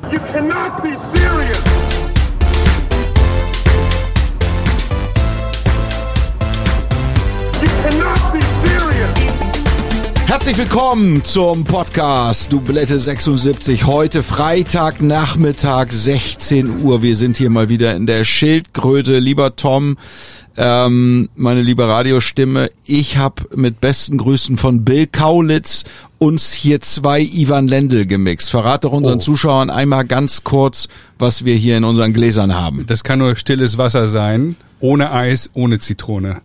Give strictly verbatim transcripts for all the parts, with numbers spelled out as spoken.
You cannot be serious! You cannot be serious! Herzlich willkommen zum Podcast Doublette sechsundsiebzig. Heute Freitagnachmittag, sechzehn Uhr. Wir sind hier mal wieder in der Schildkröte. Lieber Tom, ähm, meine liebe Radiostimme, ich habe mit besten Grüßen von Bill Kaulitz uns hier zwei Ivan Lendl gemixt. Verrat doch unseren oh. Zuschauern einmal ganz kurz, was wir hier in unseren Gläsern haben. Das kann nur stilles Wasser sein, ohne Eis, ohne Zitrone.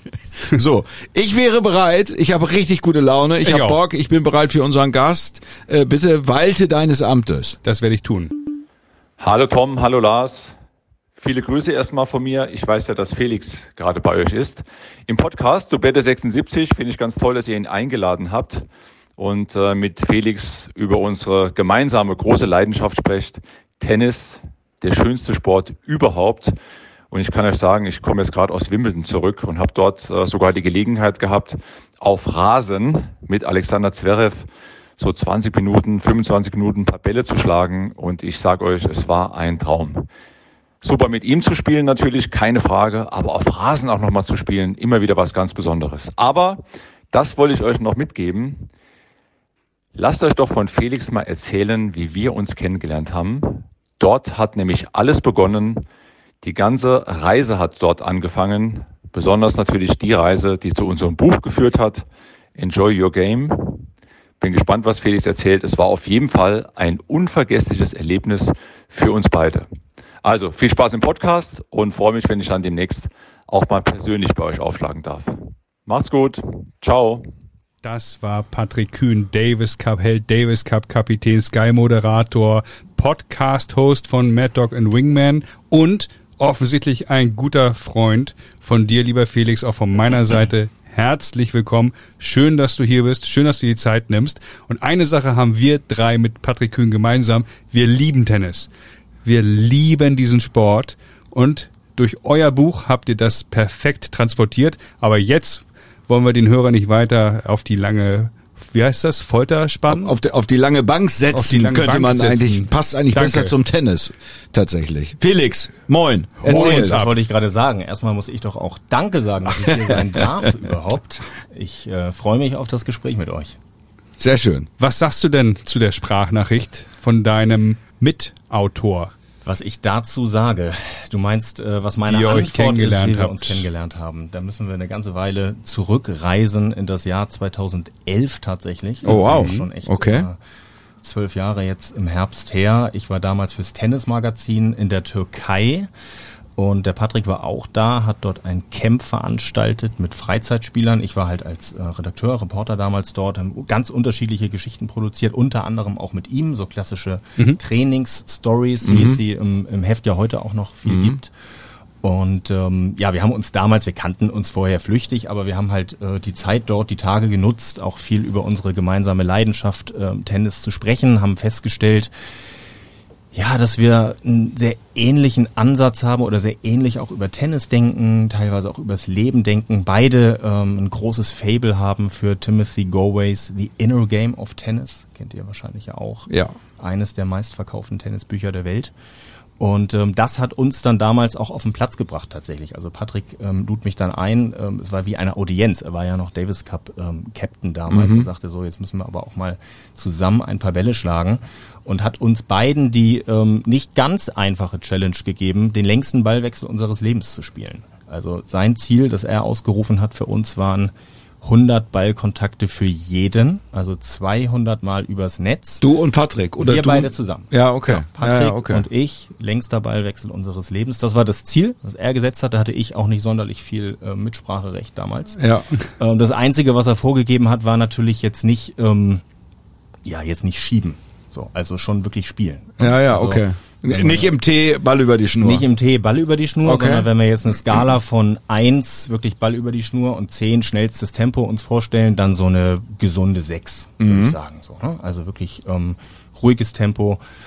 So, ich wäre bereit, ich habe richtig gute Laune, ich, ich habe Bock, ich bin bereit für unseren Gast. Äh, bitte walte deines Amtes. Das werde ich tun. Hallo Tom, hallo Lars. Viele Grüße erstmal von mir. Ich weiß ja, dass Felix gerade bei euch ist. Im Podcast Doublette sechsundsiebzig finde ich ganz toll, dass ihr ihn eingeladen habt und äh, mit Felix über unsere gemeinsame große Leidenschaft sprecht. Tennis, der schönste Sport überhaupt. Und ich kann euch sagen, ich komme jetzt gerade aus Wimbledon zurück und habe dort äh, sogar die Gelegenheit gehabt, auf Rasen mit Alexander Zverev so zwanzig Minuten, fünfundzwanzig Minuten ein paar Bälle zu schlagen. Und ich sage euch, es war ein Traum. Super mit ihm zu spielen natürlich, keine Frage, aber auf Rasen auch nochmal zu spielen, immer wieder was ganz Besonderes. Aber das wollte ich euch noch mitgeben. Lasst euch doch von Felix mal erzählen, wie wir uns kennengelernt haben. Dort hat nämlich alles begonnen. Die ganze Reise hat dort angefangen, besonders natürlich die Reise, die zu unserem Buch geführt hat, Enjoy Your Game. Bin gespannt, was Felix erzählt. Es war auf jeden Fall ein unvergessliches Erlebnis für uns beide. Also viel Spaß im Podcast und freue mich, wenn ich dann demnächst auch mal persönlich bei euch aufschlagen darf. Macht's gut. Ciao. Das war Patrick Kühn, Davis Cup Held, Davis Cup Kapitän, Sky Moderator, Podcast-Host von Mad Dog and Wingman und offensichtlich ein guter Freund von dir, lieber Felix, auch von meiner Seite. Herzlich willkommen. Schön, dass du hier bist. Schön, dass du die Zeit nimmst. Und eine Sache haben wir drei mit Patrick Kühn gemeinsam. Wir lieben Tennis. Wir lieben diesen Sport. Und durch euer Buch habt ihr das perfekt transportiert. Aber jetzt wollen wir den Hörer nicht weiter auf die lange, wie heißt das, Folter spannen? Auf die, auf die lange Bank setzen, lange könnte Bank man setzen. eigentlich, passt eigentlich Danke. besser zum Tennis, tatsächlich. Felix, moin. Moin, das wollte ich gerade sagen. Erstmal muss ich doch auch Danke sagen, dass ich hier sein darf überhaupt. Ich äh, freue mich auf das Gespräch mit euch. Sehr schön. Was sagst du denn zu der Sprachnachricht von deinem Mitautor? Was ich dazu sage, du meinst, äh, was meine wie Antwort euch kennengelernt ist, wie wir habt. uns kennengelernt haben. Da müssen wir eine ganze Weile zurückreisen in das Jahr zweitausendelf tatsächlich. Oh wow, also schon echt okay. Äh, zwölf Jahre jetzt im Herbst her. Ich war damals fürs Tennismagazin in der Türkei. Und der Patrick war auch da, hat dort ein Camp veranstaltet mit Freizeitspielern. Ich war halt als äh, Redakteur, Reporter damals dort, haben ganz unterschiedliche Geschichten produziert, unter anderem auch mit ihm, so klassische mhm. Trainingsstories, wie mhm. es sie im, im Heft ja heute auch noch viel mhm. gibt. Und ähm, ja, wir haben uns damals, wir kannten uns vorher flüchtig, aber wir haben halt äh, die Zeit dort, die Tage genutzt, auch viel über unsere gemeinsame Leidenschaft, äh, Tennis zu sprechen, haben festgestellt, ja, dass wir einen sehr ähnlichen Ansatz haben oder sehr ähnlich auch über Tennis denken, teilweise auch übers Leben denken. Beide ähm, ein großes Faible haben für Timothy Goways The Inner Game of Tennis. Kennt ihr wahrscheinlich ja auch. Ja. Eines der meistverkauften Tennisbücher der Welt. Und ähm, das hat uns dann damals auch auf den Platz gebracht tatsächlich. Also Patrick ähm, lud mich dann ein. Ähm, es war wie eine Audienz. Er war ja noch Davis Cup ähm, Captain damals mhm. und sagte so, jetzt müssen wir aber auch mal zusammen ein paar Bälle schlagen. Und hat uns beiden die ähm, nicht ganz einfache Challenge gegeben, den längsten Ballwechsel unseres Lebens zu spielen. Also sein Ziel, das er ausgerufen hat für uns, waren hundert Ballkontakte für jeden, also zweihundert Mal übers Netz. Du und Patrick? Oder wir du? beide zusammen. Ja, okay. Ja, Patrick ja, ja, okay. und ich, längster Ballwechsel unseres Lebens. Das war das Ziel, das er gesetzt hatte, hatte ich auch nicht sonderlich viel äh, Mitspracherecht damals. Ja. Ähm, das Einzige, was er vorgegeben hat, war natürlich jetzt nicht, ähm, ja, jetzt nicht schieben. So, also schon wirklich spielen. Ja, ja, also, okay. Nicht im Tee, Ball über die Schnur. Nicht im Tee, Ball über die Schnur, okay. sondern wenn wir jetzt eine Skala von eins, wirklich Ball über die Schnur und zehn, schnellstes Tempo uns vorstellen, dann so eine gesunde sechs, würde mhm. ich sagen. So, ne? Also wirklich ähm, ruhiges Tempo.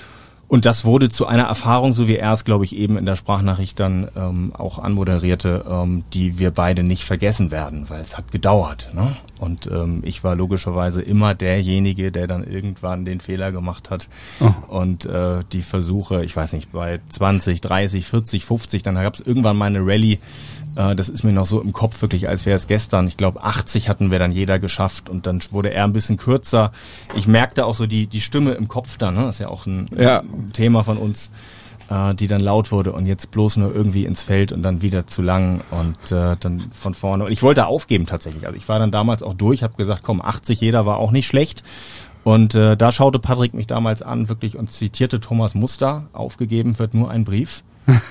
Und das wurde zu einer Erfahrung, so wie er es, glaube ich, eben in der Sprachnachricht dann ähm, auch anmoderierte, ähm, die wir beide nicht vergessen werden, weil es hat gedauert. Ne? Und ähm, ich war logischerweise immer derjenige, der dann irgendwann den Fehler gemacht hat. Oh. Und äh, die Versuche, ich weiß nicht, bei zwanzig, dreißig, vierzig, fünfzig, dann gab es irgendwann mal eine Rallye. Äh, das ist mir noch so im Kopf wirklich, als wäre es gestern. Ich glaube, achtzig hatten wir dann jeder geschafft und dann wurde er ein bisschen kürzer. Ich merkte auch so die die Stimme im Kopf dann, ne? Das ist ja auch ein ja. Thema von uns, äh, die dann laut wurde und jetzt bloß nur irgendwie ins Feld und dann wieder zu lang und äh, dann von vorne. Und ich wollte aufgeben tatsächlich. Also ich war dann damals auch durch, habe gesagt, komm, achtzig jeder war auch nicht schlecht. Und äh, da schaute Patrick mich damals an wirklich und zitierte Thomas Muster, aufgegeben wird nur ein Brief.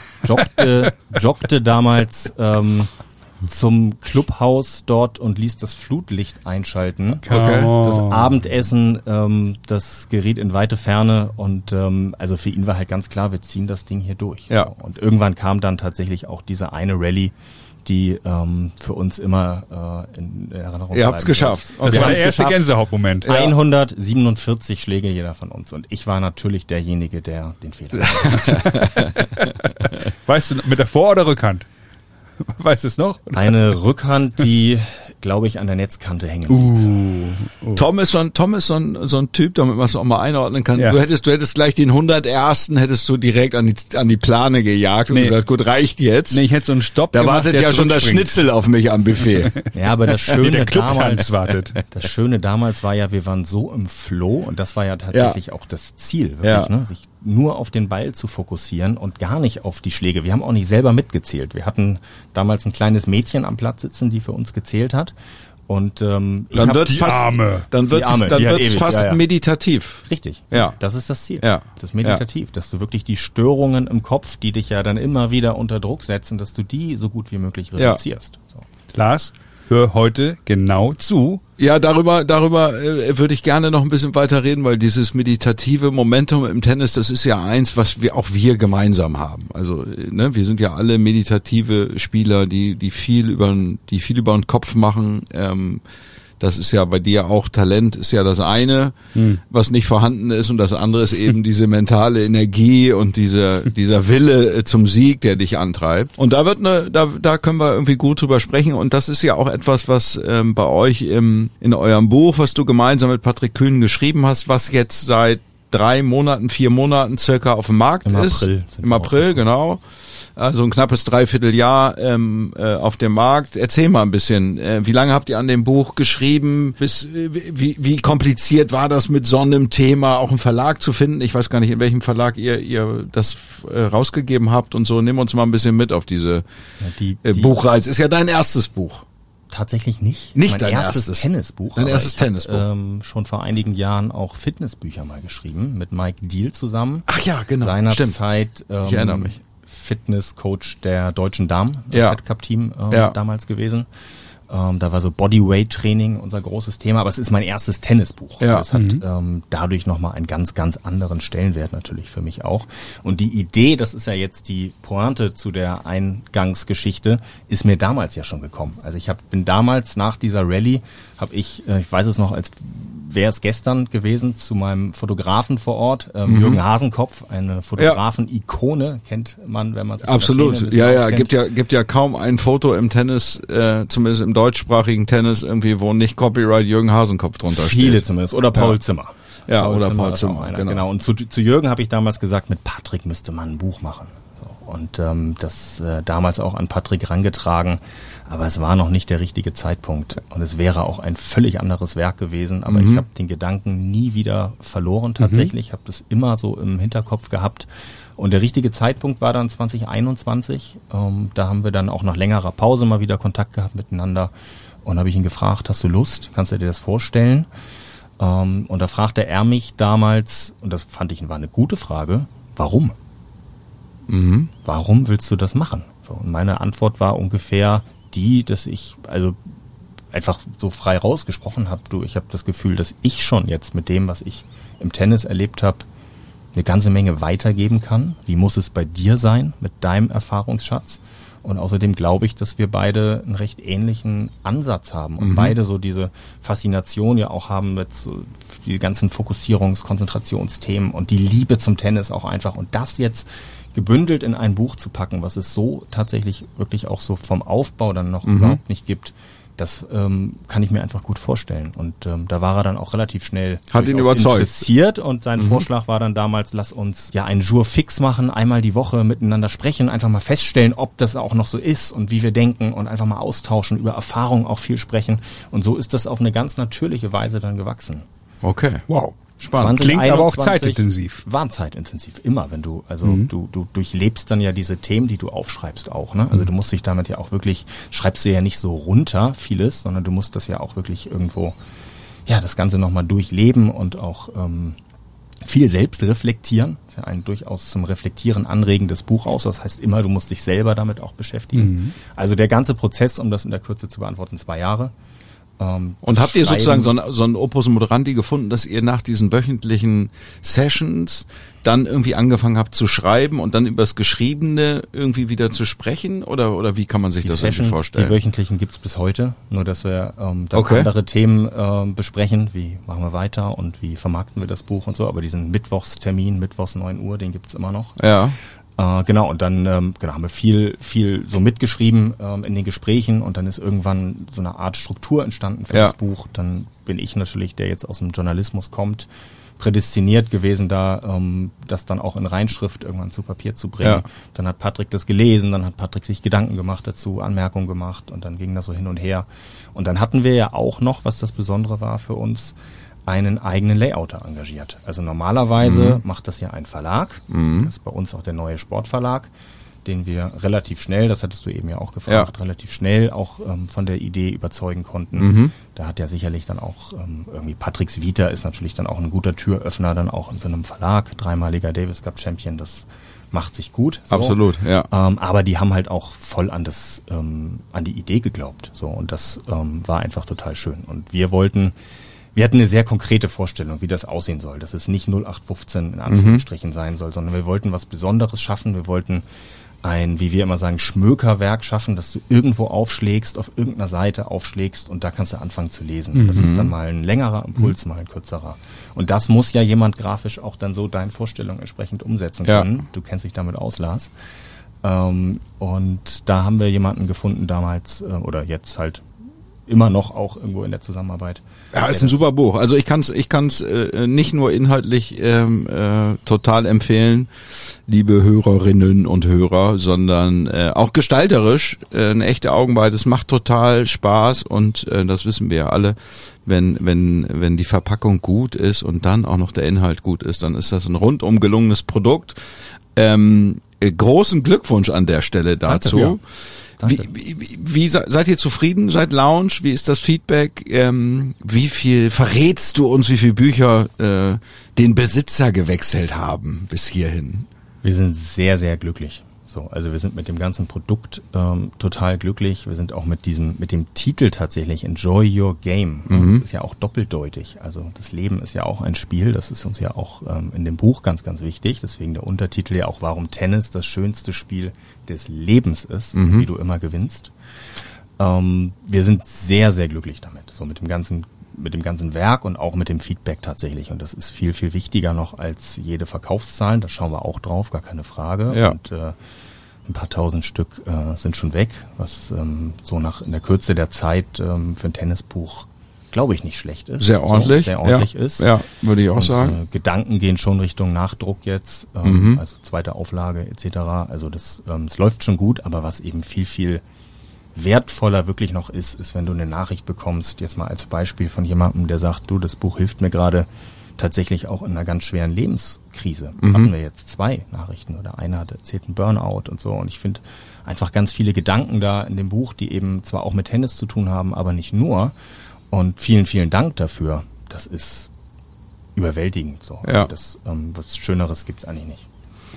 Joggte, joggte damals ähm, zum Clubhaus dort und ließ das Flutlicht einschalten. Okay. Das Abendessen, ähm, das geriet in weite Ferne und ähm, also für ihn war halt ganz klar, wir ziehen das Ding hier durch. Ja. So. Und irgendwann kam dann tatsächlich auch diese eine Rallye, die ähm, für uns immer äh, in Erinnerung Ihr habt's geschafft. Das wir war der erste geschafft. Gänsehautmoment. Ja. hundertsiebenundvierzig Schläge jeder von uns und ich war natürlich derjenige, der den Fehler gemacht hat. Weißt du, mit der Vor- oder Rückhand? Weißt du es noch? Eine Rückhand, die, glaube ich, an der Netzkante hängen blieb. Uh, uh. Tom ist so ein, Tom ist so ein, so ein Typ, damit man es auch mal einordnen kann. Ja. Du hättest, du hättest gleich den hundertersten hättest du direkt an die, an die Plane gejagt und Nee. gesagt, gut, reicht jetzt. Nee, ich hätte so einen Stopp Da gemacht, wartet der ja schon das zurückspringt. Schnitzel auf mich am Buffet. Ja, aber das Nee, Schöne der Club damals, wartet. das Schöne damals war ja, wir waren so im Flow und das war ja tatsächlich ja. auch das Ziel, wirklich, Ja. ne? Sich nur auf den Ball zu fokussieren und gar nicht auf die Schläge. Wir haben auch nicht selber mitgezählt. Wir hatten damals ein kleines Mädchen am Platz sitzen, die für uns gezählt hat. Und ähm, ich Dann hab wird's die fast, Arme. dann wird's, Die Arme, dann die hat wird's ewig, fast ja, ja. meditativ. Richtig, Ja. das ist das Ziel. Ja. Das Meditativ, dass du wirklich die Störungen im Kopf, die dich ja dann immer wieder unter Druck setzen, dass du die so gut wie möglich reduzierst. So. Lars, hör heute genau zu. Ja, darüber, darüber äh, würde ich gerne noch ein bisschen weiter reden, weil dieses meditative Momentum im Tennis, das ist ja eins, was wir auch wir gemeinsam haben. Also, äh, ne, wir sind ja alle meditative Spieler, die die viel über die viel über den Kopf machen. Ähm, das ist ja bei dir auch Talent, ist ja das eine, hm. was nicht vorhanden ist, und das andere ist eben diese mentale Energie und dieser dieser Wille zum Sieg, der dich antreibt. Und da wird eine, da da können wir irgendwie gut drüber sprechen. Und das ist ja auch etwas, was ähm, bei euch im in eurem Buch, was du gemeinsam mit Patrick Kühn geschrieben hast, was jetzt seit drei Monaten, vier Monaten circa auf dem Markt Im ist. April sind Im wir April, genau. Also ein knappes Dreivierteljahr ähm, äh, auf dem Markt. Erzähl mal ein bisschen, äh, wie lange habt ihr an dem Buch geschrieben? Bis, äh, wie, wie kompliziert war das mit so einem Thema, auch einen Verlag zu finden? Ich weiß gar nicht, in welchem Verlag ihr ihr das äh, rausgegeben habt und so. Nimm uns mal ein bisschen mit auf diese Ja, die, äh, die Buchreise. Ist ja dein erstes Buch. Tatsächlich nicht. Nicht mein dein erstes, erstes. Tennisbuch. Dein aber erstes ich hab, Tennisbuch. Ähm, schon vor einigen Jahren auch Fitnessbücher mal geschrieben mit Mike Deal zusammen. Ach ja, genau. Seinerzeit ähm, Ich erinnere mich. Fitnesscoach der deutschen Damen, Ja. Fed Cup Team ähm, Ja. damals gewesen. Ähm, da war so Bodyweight-Training unser großes Thema, aber es ist mein erstes Tennisbuch. Ja. Das hat ähm, dadurch nochmal einen ganz, ganz anderen Stellenwert natürlich für mich auch. Und die Idee, das ist ja jetzt die Pointe zu der Eingangsgeschichte, ist mir damals ja schon gekommen. Also ich hab, bin damals nach dieser Rallye, habe ich, äh, ich weiß es noch, als wäre es gestern gewesen, zu meinem Fotografen vor Ort, ähm, Mhm. Jürgen Hasenkopf, eine Fotografen-Ikone, kennt man, wenn man sich in der Szene ein Absolut. bisschen Ja, ja, auskennt. gibt ja gibt ja kaum ein Foto im Tennis, äh, zumindest im deutschsprachigen Tennis irgendwie, wo nicht Copyright Jürgen Hasenkopf drunter steht. Viele zumindest. Oder Paul Ja. Zimmer. Ja, oder Paul ist auch Zimmer, einer, genau. genau. Und zu, zu Jürgen habe ich damals gesagt, mit Patrick müsste man ein Buch machen. So. Und ähm, das äh, damals auch an Patrick rangetragen. Aber es war noch nicht der richtige Zeitpunkt. Und es wäre auch ein völlig anderes Werk gewesen. Aber Mhm. ich habe den Gedanken nie wieder verloren tatsächlich. Ich habe das immer so im Hinterkopf gehabt. Und der richtige Zeitpunkt war dann zwanzig einundzwanzig. Ähm, da haben wir dann auch nach längerer Pause mal wieder Kontakt gehabt miteinander. Und habe ich ihn gefragt, hast du Lust? Kannst du dir das vorstellen? Ähm, und da fragte er mich damals, und das fand ich war eine gute Frage, warum? Mhm. Warum willst du das machen? So, und meine Antwort war ungefähr die, dass ich also einfach so frei rausgesprochen habe. Du, ich habe das Gefühl, dass ich schon jetzt mit dem, was ich im Tennis erlebt habe, eine ganze Menge weitergeben kann. Wie muss es bei dir sein mit deinem Erfahrungsschatz? Und außerdem glaube ich, dass wir beide einen recht ähnlichen Ansatz haben und mhm. beide so diese Faszination ja auch haben mit so die ganzen Fokussierungs-, Konzentrationsthemen und die Liebe zum Tennis auch einfach. Und das jetzt gebündelt in ein Buch zu packen, was es so tatsächlich wirklich auch so vom Aufbau dann noch mhm. überhaupt nicht gibt, das ähm, kann ich mir einfach gut vorstellen. Und ähm, da war er dann auch relativ schnell Hat ihn überzeugt. interessiert. Und sein mhm. Vorschlag war dann damals, lass uns ja einen Jour fix machen, einmal die Woche miteinander sprechen, einfach mal feststellen, ob das auch noch so ist und wie wir denken und einfach mal austauschen, über Erfahrung auch viel sprechen. Und so ist das auf eine ganz natürliche Weise dann gewachsen. Okay. Wow. Spannend. Klingt aber auch zeitintensiv. War zeitintensiv, immer, wenn du, also mhm. du, du durchlebst dann ja diese Themen, die du aufschreibst auch, ne? Also du musst dich damit ja auch wirklich, schreibst du ja nicht so runter vieles, sondern du musst das ja auch wirklich irgendwo, ja, das Ganze nochmal durchleben und auch ähm, viel selbst reflektieren. Das ist ja ein durchaus zum Reflektieren anregendes Buch aus. Das heißt immer, du musst dich selber damit auch beschäftigen. Mhm. Also der ganze Prozess, um das in der Kürze zu beantworten, zwei Jahre. Ähm, und habt ihr sozusagen so ein, so ein Opus Moderandi gefunden, dass ihr nach diesen wöchentlichen Sessions dann irgendwie angefangen habt zu schreiben und dann über das Geschriebene irgendwie wieder zu sprechen? Oder oder wie kann man sich die das Sessions, irgendwie vorstellen? Die wöchentlichen gibt's bis heute, nur dass wir ähm, dann okay. andere Themen äh, besprechen, wie machen wir weiter und wie vermarkten wir das Buch und so. Aber diesen Mittwochstermin, Mittwochs neun Uhr, den gibt's immer noch. Ja. Äh, genau, und dann ähm, genau, haben wir viel, viel so mitgeschrieben ähm, in den Gesprächen und dann ist irgendwann so eine Art Struktur entstanden für ja. das Buch. Dann bin ich natürlich, der jetzt aus dem Journalismus kommt, prädestiniert gewesen, da ähm, das dann auch in Reinschrift irgendwann zu Papier zu bringen. Ja. Dann hat Patrick das gelesen, dann hat Patrick sich Gedanken gemacht dazu, Anmerkungen gemacht und dann ging das so hin und her. Und dann hatten wir ja auch noch, was das Besondere war für uns, einen eigenen Layouter engagiert. Also normalerweise mhm. macht das ja ein Verlag, mhm. das ist bei uns auch der Neue Sportverlag, den wir relativ schnell, das hattest du eben ja auch gefragt, ja. relativ schnell auch ähm, von der Idee überzeugen konnten. Mhm. Da hat ja sicherlich dann auch ähm, irgendwie Patricks Vita ist natürlich dann auch ein guter Türöffner, dann auch in so einem Verlag, dreimaliger Davis Cup Champion, das macht sich gut. So. Absolut, ja. Ähm, aber die haben halt auch voll an das, ähm, an die Idee geglaubt. So, und das ähm, war einfach total schön. Und wir wollten Wir hatten eine sehr konkrete Vorstellung, wie das aussehen soll, dass es nicht null acht fünfzehn in Anführungsstrichen mhm. sein soll, sondern wir wollten was Besonderes schaffen. Wir wollten ein, wie wir immer sagen, Schmökerwerk schaffen, dass du irgendwo aufschlägst, auf irgendeiner Seite aufschlägst und da kannst du anfangen zu lesen. Mhm. Das ist dann mal ein längerer Impuls, mhm. mal ein kürzerer. Und das muss ja jemand grafisch auch dann so deinen Vorstellungen entsprechend umsetzen können. Ja. Du kennst dich damit aus, Lars. Ähm, und da haben wir jemanden gefunden damals, äh, oder jetzt halt immer noch auch irgendwo in der Zusammenarbeit. Ja, ist ein super Buch. Also ich kann es ich kann's, äh, nicht nur inhaltlich ähm, äh, total empfehlen, liebe Hörerinnen und Hörer, sondern äh, auch gestalterisch äh, eine echte Augenweide. Es macht total Spaß und äh, das wissen wir ja alle. Wenn wenn wenn die Verpackung gut ist und dann auch noch der Inhalt gut ist, dann ist das ein rundum gelungenes Produkt. Ähm, äh, großen Glückwunsch an der Stelle dazu. Danke, ja. Wie, wie, wie seid ihr zufrieden seit Launch? Wie ist das Feedback? Ähm, wie viel verrätst du uns, wie viele Bücher äh, den Besitzer gewechselt haben bis hierhin? Wir sind sehr, sehr glücklich. So, also wir sind mit dem ganzen Produkt ähm, total glücklich. Wir sind auch mit diesem, mit dem Titel tatsächlich Enjoy Your Game. Mhm. Das ist ja auch doppeldeutig. Also das Leben ist ja auch ein Spiel. Das ist uns ja auch ähm, in dem Buch ganz, ganz wichtig. Deswegen der Untertitel ja auch, warum Tennis das schönste Spiel des Lebens ist, mhm. wie du immer gewinnst. Ähm, wir sind sehr, sehr glücklich damit. So mit dem ganzen mit dem ganzen Werk und auch mit dem Feedback tatsächlich. Und das ist viel, viel wichtiger noch als jede Verkaufszahlen. Da schauen wir auch drauf, gar keine Frage. Ja. Und äh, ein paar tausend Stück äh, sind schon weg, was ähm, so nach in der Kürze der Zeit ähm, für ein Tennisbuch, glaube ich, nicht schlecht ist. Sehr ordentlich. So, sehr ordentlich ja. ist. Ja, würde ich auch und, sagen. Äh, Gedanken gehen schon Richtung Nachdruck jetzt, ähm, mhm. also zweite Auflage et cetera. Also das, ähm, es läuft schon gut, aber was eben viel, viel wertvoller wirklich noch ist, ist, wenn du eine Nachricht bekommst, jetzt mal als Beispiel von jemandem, der sagt, du, das Buch hilft mir gerade tatsächlich auch in einer ganz schweren Lebenskrise. Mhm. Hatten wir jetzt zwei Nachrichten oder eine hat erzählt einen Burnout und so und ich finde einfach ganz viele Gedanken da in dem Buch, die eben zwar auch mit Tennis zu tun haben, aber nicht nur und vielen, vielen Dank dafür. Das ist überwältigend so. Ja. Das, ähm, was Schöneres gibt's eigentlich nicht.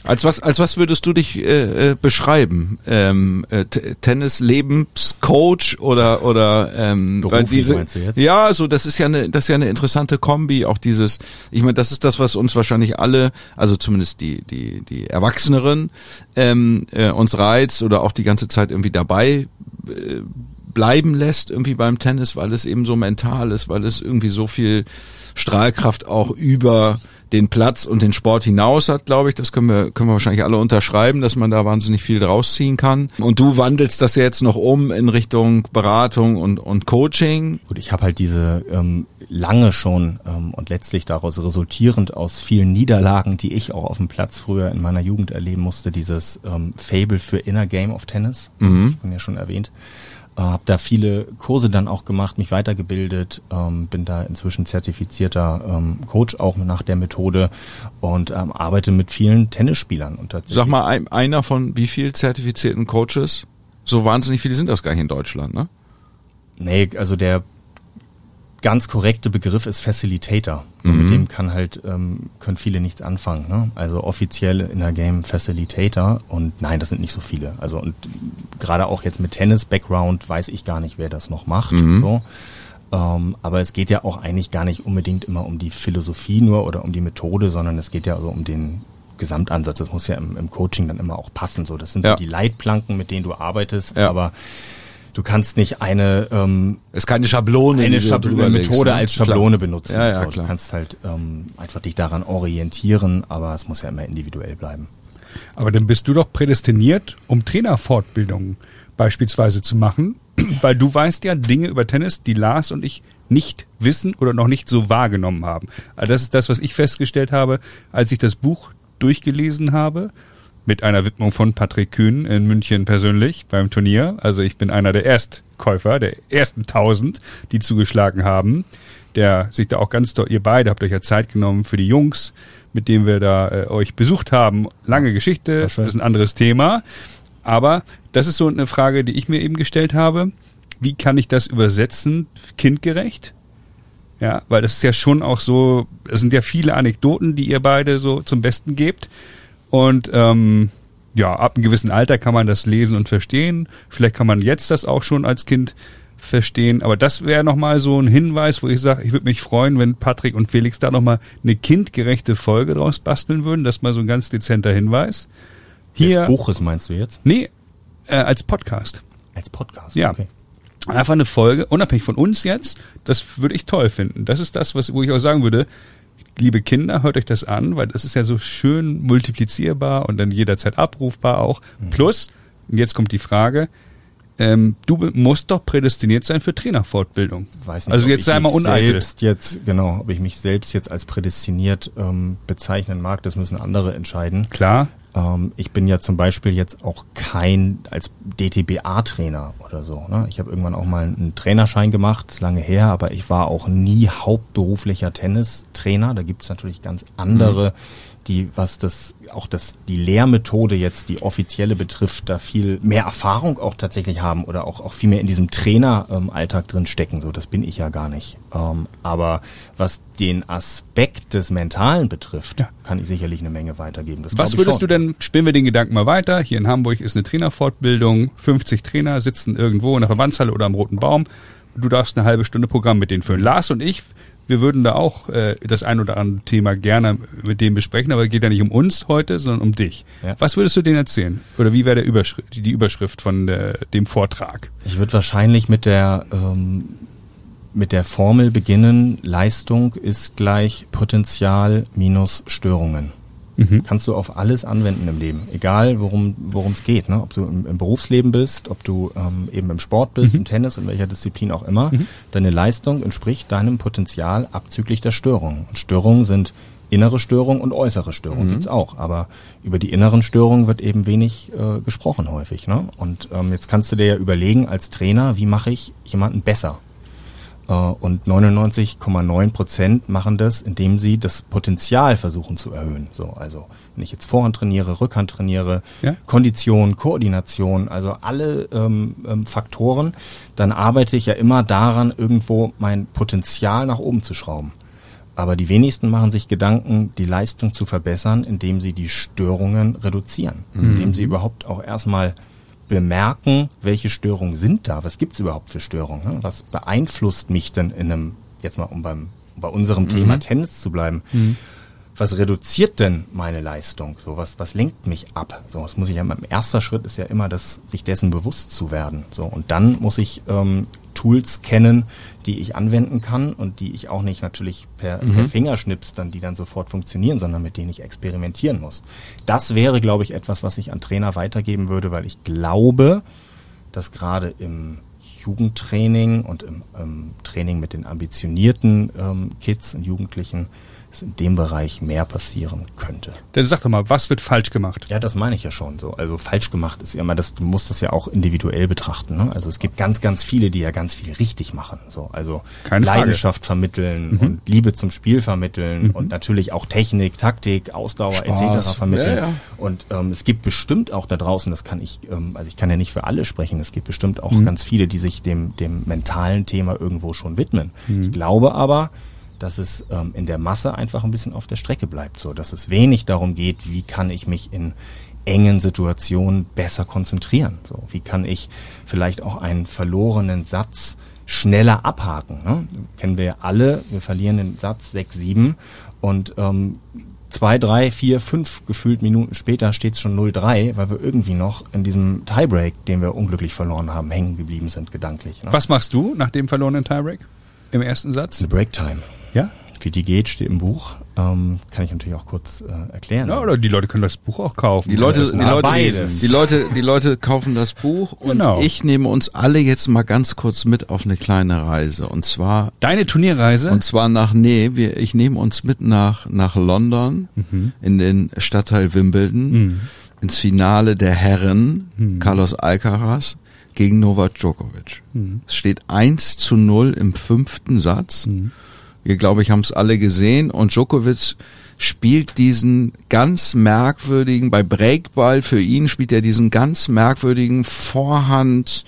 Als was, als was würdest du dich äh, äh, beschreiben? Ähm, äh, T- Tennis-Lebenscoach oder oder ähm, Beruflich weil diese, meinst du jetzt? Ja, so das ist ja eine, das ist ja eine interessante Kombi. Auch dieses, ich meine, das ist das, was uns wahrscheinlich alle, also zumindest die die die Erwachseneren, ähm, äh, uns reizt oder auch die ganze Zeit irgendwie dabei äh, bleiben lässt irgendwie beim Tennis, weil es eben so mental ist, weil es irgendwie so viel Strahlkraft auch über den Platz und den Sport hinaus hat, glaube ich. Das können wir können wir wahrscheinlich alle unterschreiben, dass man da wahnsinnig viel draus ziehen kann. Und du wandelst das jetzt noch um in Richtung Beratung und und Coaching. Gut, ich habe halt diese ähm, lange schon ähm, und letztlich daraus resultierend aus vielen Niederlagen, die ich auch auf dem Platz früher in meiner Jugend erleben musste, dieses ähm, Fable für Inner Game of Tennis, Mhm. ich bin ja schon erwähnt. Äh, habe da viele Kurse dann auch gemacht, mich weitergebildet, ähm, bin da inzwischen zertifizierter ähm, Coach auch nach der Methode und ähm, arbeite mit vielen Tennisspielern. Und tatsächlich, Sag mal, ein, einer von wie viel zertifizierten Coaches? So wahnsinnig viele sind das gar nicht in Deutschland, ne? Nee, also der ganz korrekte Begriff ist Facilitator. Und Mhm. mit dem kann halt, ähm, können viele nichts anfangen. Ne? Also offiziell in der Game Facilitator und nein, das sind nicht so viele. Also und gerade auch jetzt mit Tennis-Background weiß ich gar nicht, wer das noch macht. Mhm. So. Ähm, aber es geht ja auch eigentlich gar nicht unbedingt immer um die Philosophie nur oder um die Methode, sondern es geht ja also um den Gesamtansatz. Das muss ja im, im Coaching dann immer auch passen. So, das sind Ja. so die Leitplanken, mit denen du arbeitest, Ja. aber du kannst nicht eine ähm, Es ist keine Schablone, eine die du Schabl drüber legst, Methode ne? als Klar. Schablone benutzen. Ja, ja, so, klar. Du kannst halt ähm, einfach dich daran orientieren, aber es muss ja immer individuell bleiben. Aber dann bist du doch prädestiniert, um Trainerfortbildungen beispielsweise zu machen, weil du weißt ja Dinge über Tennis, die Lars und ich nicht wissen oder noch nicht so wahrgenommen haben. Also das ist das, was ich festgestellt habe, als ich das Buch durchgelesen habe, mit einer Widmung von Patrick Kühn in München persönlich beim Turnier. Also ich bin einer der Erstkäufer, der ersten tausend, die zugeschlagen haben, der sich da auch ganz doll, ihr beide habt euch ja Zeit genommen für die Jungs, mit denen wir da äh, euch besucht haben. Lange Geschichte, War das schön. ist ein anderes Thema. Aber das ist so eine Frage, die ich mir eben gestellt habe. Wie kann ich das übersetzen, kindgerecht? Ja, weil das ist ja schon auch so, es sind ja viele Anekdoten, die ihr beide so zum Besten gebt. Und ähm, ja, ab einem gewissen Alter kann man das lesen und verstehen. Vielleicht kann man jetzt das auch schon als Kind verstehen. Aber das wäre nochmal so ein Hinweis, wo ich sage, ich würde mich freuen, wenn Patrick und Felix da nochmal eine kindgerechte Folge draus basteln würden. Das ist mal so ein ganz dezenter Hinweis. Hier, Des Buches meinst du jetzt? nee, äh, als Podcast. Als Podcast? Ja. Okay. Einfach eine Folge, unabhängig von uns jetzt, das würde ich toll finden. Das ist das, was, wo ich auch sagen würde, liebe Kinder, hört euch das an, weil das ist ja so schön multiplizierbar und dann jederzeit abrufbar auch. Mhm. Plus, und jetzt kommt die Frage, ähm, du be- musst doch prädestiniert sein für Trainerfortbildung. Weiß nicht, Also ob jetzt ich sei mal mich uneitel. selbst jetzt, genau, ob ich mich selbst jetzt als prädestiniert ähm, bezeichnen mag, das müssen andere entscheiden. Klar, Ähm, ich bin ja zum Beispiel jetzt auch kein als D T B A-Trainer oder so. Ne? Ich habe irgendwann auch mal einen Trainerschein gemacht, ist lange her, aber ich war auch nie hauptberuflicher Tennistrainer. Da gibt es natürlich ganz andere, die, was das, auch das, die Lehrmethode jetzt, die offizielle betrifft, da viel mehr Erfahrung auch tatsächlich haben oder auch, auch viel mehr in diesem Traineralltag drin stecken. So, das bin ich ja gar nicht. Ähm, aber was den Aspekt des Mentalen betrifft, Ja. kann ich sicherlich eine Menge weitergeben. Das glaub was ich würdest schon. du denn, spinnen wir den Gedanken mal weiter, hier in Hamburg ist eine Trainerfortbildung, fünfzig Trainer sitzen irgendwo in der Verbandshalle oder am Roten Baum, du darfst eine halbe Stunde Programm mit denen führen. Lars und ich, wir würden da auch äh, das ein oder andere Thema gerne mit denen besprechen, aber es geht ja nicht um uns heute, sondern um dich. Ja. Was würdest du denen erzählen? Oder wie wäre der Überschrift, die Überschrift von der, dem Vortrag? Ich würde wahrscheinlich mit der ähm, mit der Formel beginnen, Leistung ist gleich Potenzial minus Störungen. Mhm. Kannst du auf alles anwenden im Leben, egal worum worum es geht, ne? Ob du im, im Berufsleben bist, ob du ähm, eben im Sport bist, Mhm. im Tennis, in welcher Disziplin auch immer. Mhm. Deine Leistung entspricht deinem Potenzial abzüglich der Störungen. Und Störungen sind innere Störungen und äußere Störungen, Mhm. gibt's auch. Aber über die inneren Störungen wird eben wenig äh, gesprochen häufig. Ne? Und ähm, jetzt kannst du dir ja überlegen als Trainer, wie mache ich jemanden besser? Äh, und neunundneunzig Komma neun Prozent machen das, indem sie das Potenzial versuchen zu erhöhen. So, also wenn ich jetzt Vorhand trainiere, Rückhand trainiere, Ja. Kondition, Koordination, also alle ähm, ähm, Faktoren, dann arbeite ich ja immer daran, irgendwo mein Potenzial nach oben zu schrauben. Aber die wenigsten machen sich Gedanken, die Leistung zu verbessern, indem sie die Störungen reduzieren. Mhm. Indem sie überhaupt auch erstmal bemerken, welche Störungen sind da, was gibt's überhaupt für Störungen, ne? Was beeinflusst mich denn in einem, jetzt mal um beim bei unserem mhm. Thema Tennis zu bleiben, mhm. was reduziert denn meine Leistung? So, was, was lenkt mich ab? So, das muss ich ja, mein erster Schritt ist ja immer, das, sich dessen bewusst zu werden. So, und dann muss ich ähm, Tools kennen, die ich anwenden kann und die ich auch nicht natürlich per, mhm. per Fingerschnips dann, die dann sofort funktionieren, sondern mit denen ich experimentieren muss. Das wäre, glaube ich, etwas, was ich an Trainer weitergeben würde, weil ich glaube, dass gerade im Jugendtraining und im ähm, Training mit den ambitionierten ähm, Kids und Jugendlichen dass in dem Bereich mehr passieren könnte. Dann sag doch mal, was wird falsch gemacht? Ja, das meine ich ja schon so. Also falsch gemacht ist ja immer, das, du musst das ja auch individuell betrachten. Ne? Also es gibt ganz, ganz viele, die ja ganz viel richtig machen. So, also Keine Leidenschaft Frage. vermitteln Mhm. und Liebe zum Spiel vermitteln Mhm. und natürlich auch Technik, Taktik, Ausdauer Spaß. et cetera vermitteln. Ja, ja. Und ähm, es gibt bestimmt auch da draußen, das kann ich, ähm, also ich kann ja nicht für alle sprechen, es gibt bestimmt auch Mhm. ganz viele, die sich dem, dem mentalen Thema irgendwo schon widmen. Mhm. Ich glaube aber, dass es ähm, in der Masse einfach ein bisschen auf der Strecke bleibt, so dass es wenig darum geht, wie kann ich mich in engen Situationen besser konzentrieren, so wie kann ich vielleicht auch einen verlorenen Satz schneller abhaken. Ne? Kennen wir ja alle, wir verlieren den Satz sechs, sieben und ähm, zwei, drei, vier, fünf gefühlt Minuten später steht es schon null drei, weil wir irgendwie noch in diesem Tiebreak, den wir unglücklich verloren haben, hängen geblieben sind gedanklich. Ne? Was machst du nach dem verlorenen Tiebreak im ersten Satz? Eine Breaktime. Ja? Wie die geht, steht im Buch. Ähm, kann ich natürlich auch kurz äh, erklären. Ja, oder die Leute können das Buch auch kaufen. Die Leute, die Na, Leute, beides. die Leute, die Leute kaufen das Buch und Genau. ich nehme uns alle jetzt mal ganz kurz mit auf eine kleine Reise und zwar Deine Turnierreise? und zwar nach nee, wir, ich nehme uns mit nach nach London Mhm. in den Stadtteil Wimbledon Mhm. ins Finale der Herren Mhm. Carlos Alcaraz gegen Novak Djokovic. Mhm. Es steht eins zu null im fünften Satz. Mhm. Wir, glaube ich, haben es alle gesehen und Djokovic spielt diesen ganz merkwürdigen, bei Breakball für ihn spielt er diesen ganz merkwürdigen Vorhand,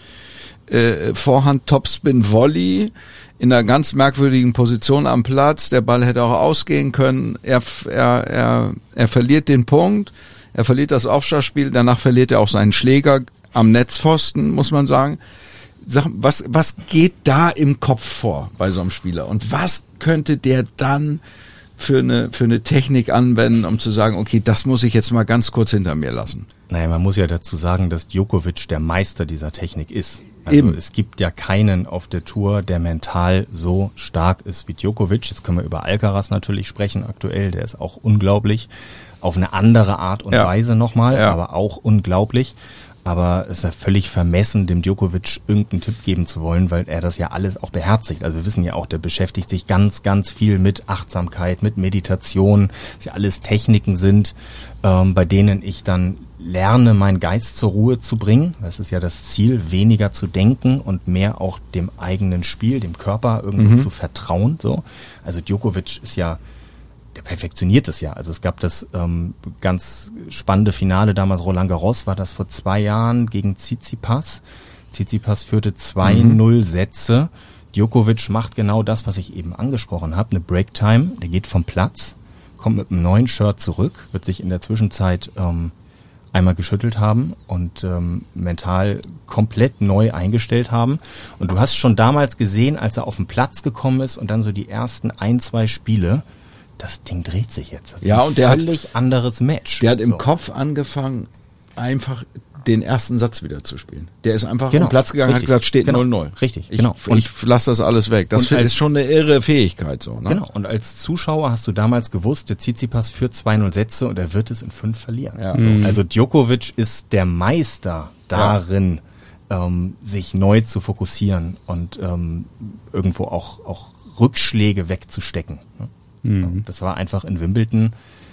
äh, Vorhand Topspin Volley in einer ganz merkwürdigen Position am Platz. Der Ball hätte auch ausgehen können. Er, er, er, er verliert den Punkt, er verliert das Aufschlagspiel, danach verliert er auch seinen Schläger am Netzpfosten, muss man sagen. Sag, was, was geht da im Kopf vor bei so einem Spieler? Und was könnte der dann für eine, für eine Technik anwenden, um zu sagen, okay, das muss ich jetzt mal ganz kurz hinter mir lassen? Naja, man muss ja dazu sagen, dass Djokovic der Meister dieser Technik ist. Also Eben. Es gibt ja keinen auf der Tour, der mental so stark ist wie Djokovic. Jetzt können wir über Alcaraz natürlich sprechen aktuell, der ist auch unglaublich. Auf eine andere Art und Ja. Weise nochmal, Ja. aber auch unglaublich. Aber es ist ja völlig vermessen, dem Djokovic irgendeinen Tipp geben zu wollen, weil er das ja alles auch beherzigt. Also wir wissen ja auch, der beschäftigt sich ganz, ganz viel mit Achtsamkeit, mit Meditation, dass ja alles Techniken sind, ähm, bei denen ich dann lerne, meinen Geist zur Ruhe zu bringen. Das ist ja das Ziel, weniger zu denken und mehr auch dem eigenen Spiel, dem Körper irgendwie Mhm. zu vertrauen. So, also Djokovic ist ja der perfektioniert es ja. Also es gab das ähm, ganz spannende Finale damals, Roland Garros war das vor zwei Jahren gegen Tsitsipas. Tsitsipas führte zwei null Sätze. Djokovic macht genau das, was ich eben angesprochen habe, eine Breaktime. Der geht vom Platz, kommt mit einem neuen Shirt zurück, wird sich in der Zwischenzeit ähm, einmal geschüttelt haben und ähm, mental komplett neu eingestellt haben. Und du hast schon damals gesehen, als er auf den Platz gekommen ist und dann so die ersten ein, zwei Spiele, das Ding dreht sich jetzt. Das Ja, ist ein und der hat- völlig anderes Match. Der hat im So. Kopf angefangen, einfach den ersten Satz wieder zu spielen. Der ist einfach Genau, auf den Platz gegangen und hat richtig, gesagt, steht genau, null null. richtig, ich, genau. Und- Ich lasse das alles weg. Das und als- ist schon eine irre Fähigkeit so. Ne? Genau. Und als Zuschauer hast du damals gewusst, der Tsitsipas führt zwei null Sätze und er wird es in fünf verlieren. Ja. So. Also Djokovic ist der Meister darin, ähm, sich neu zu fokussieren und ähm, irgendwo auch, auch Rückschläge wegzustecken. Ne? Mhm. Das war einfach in Wimbledon,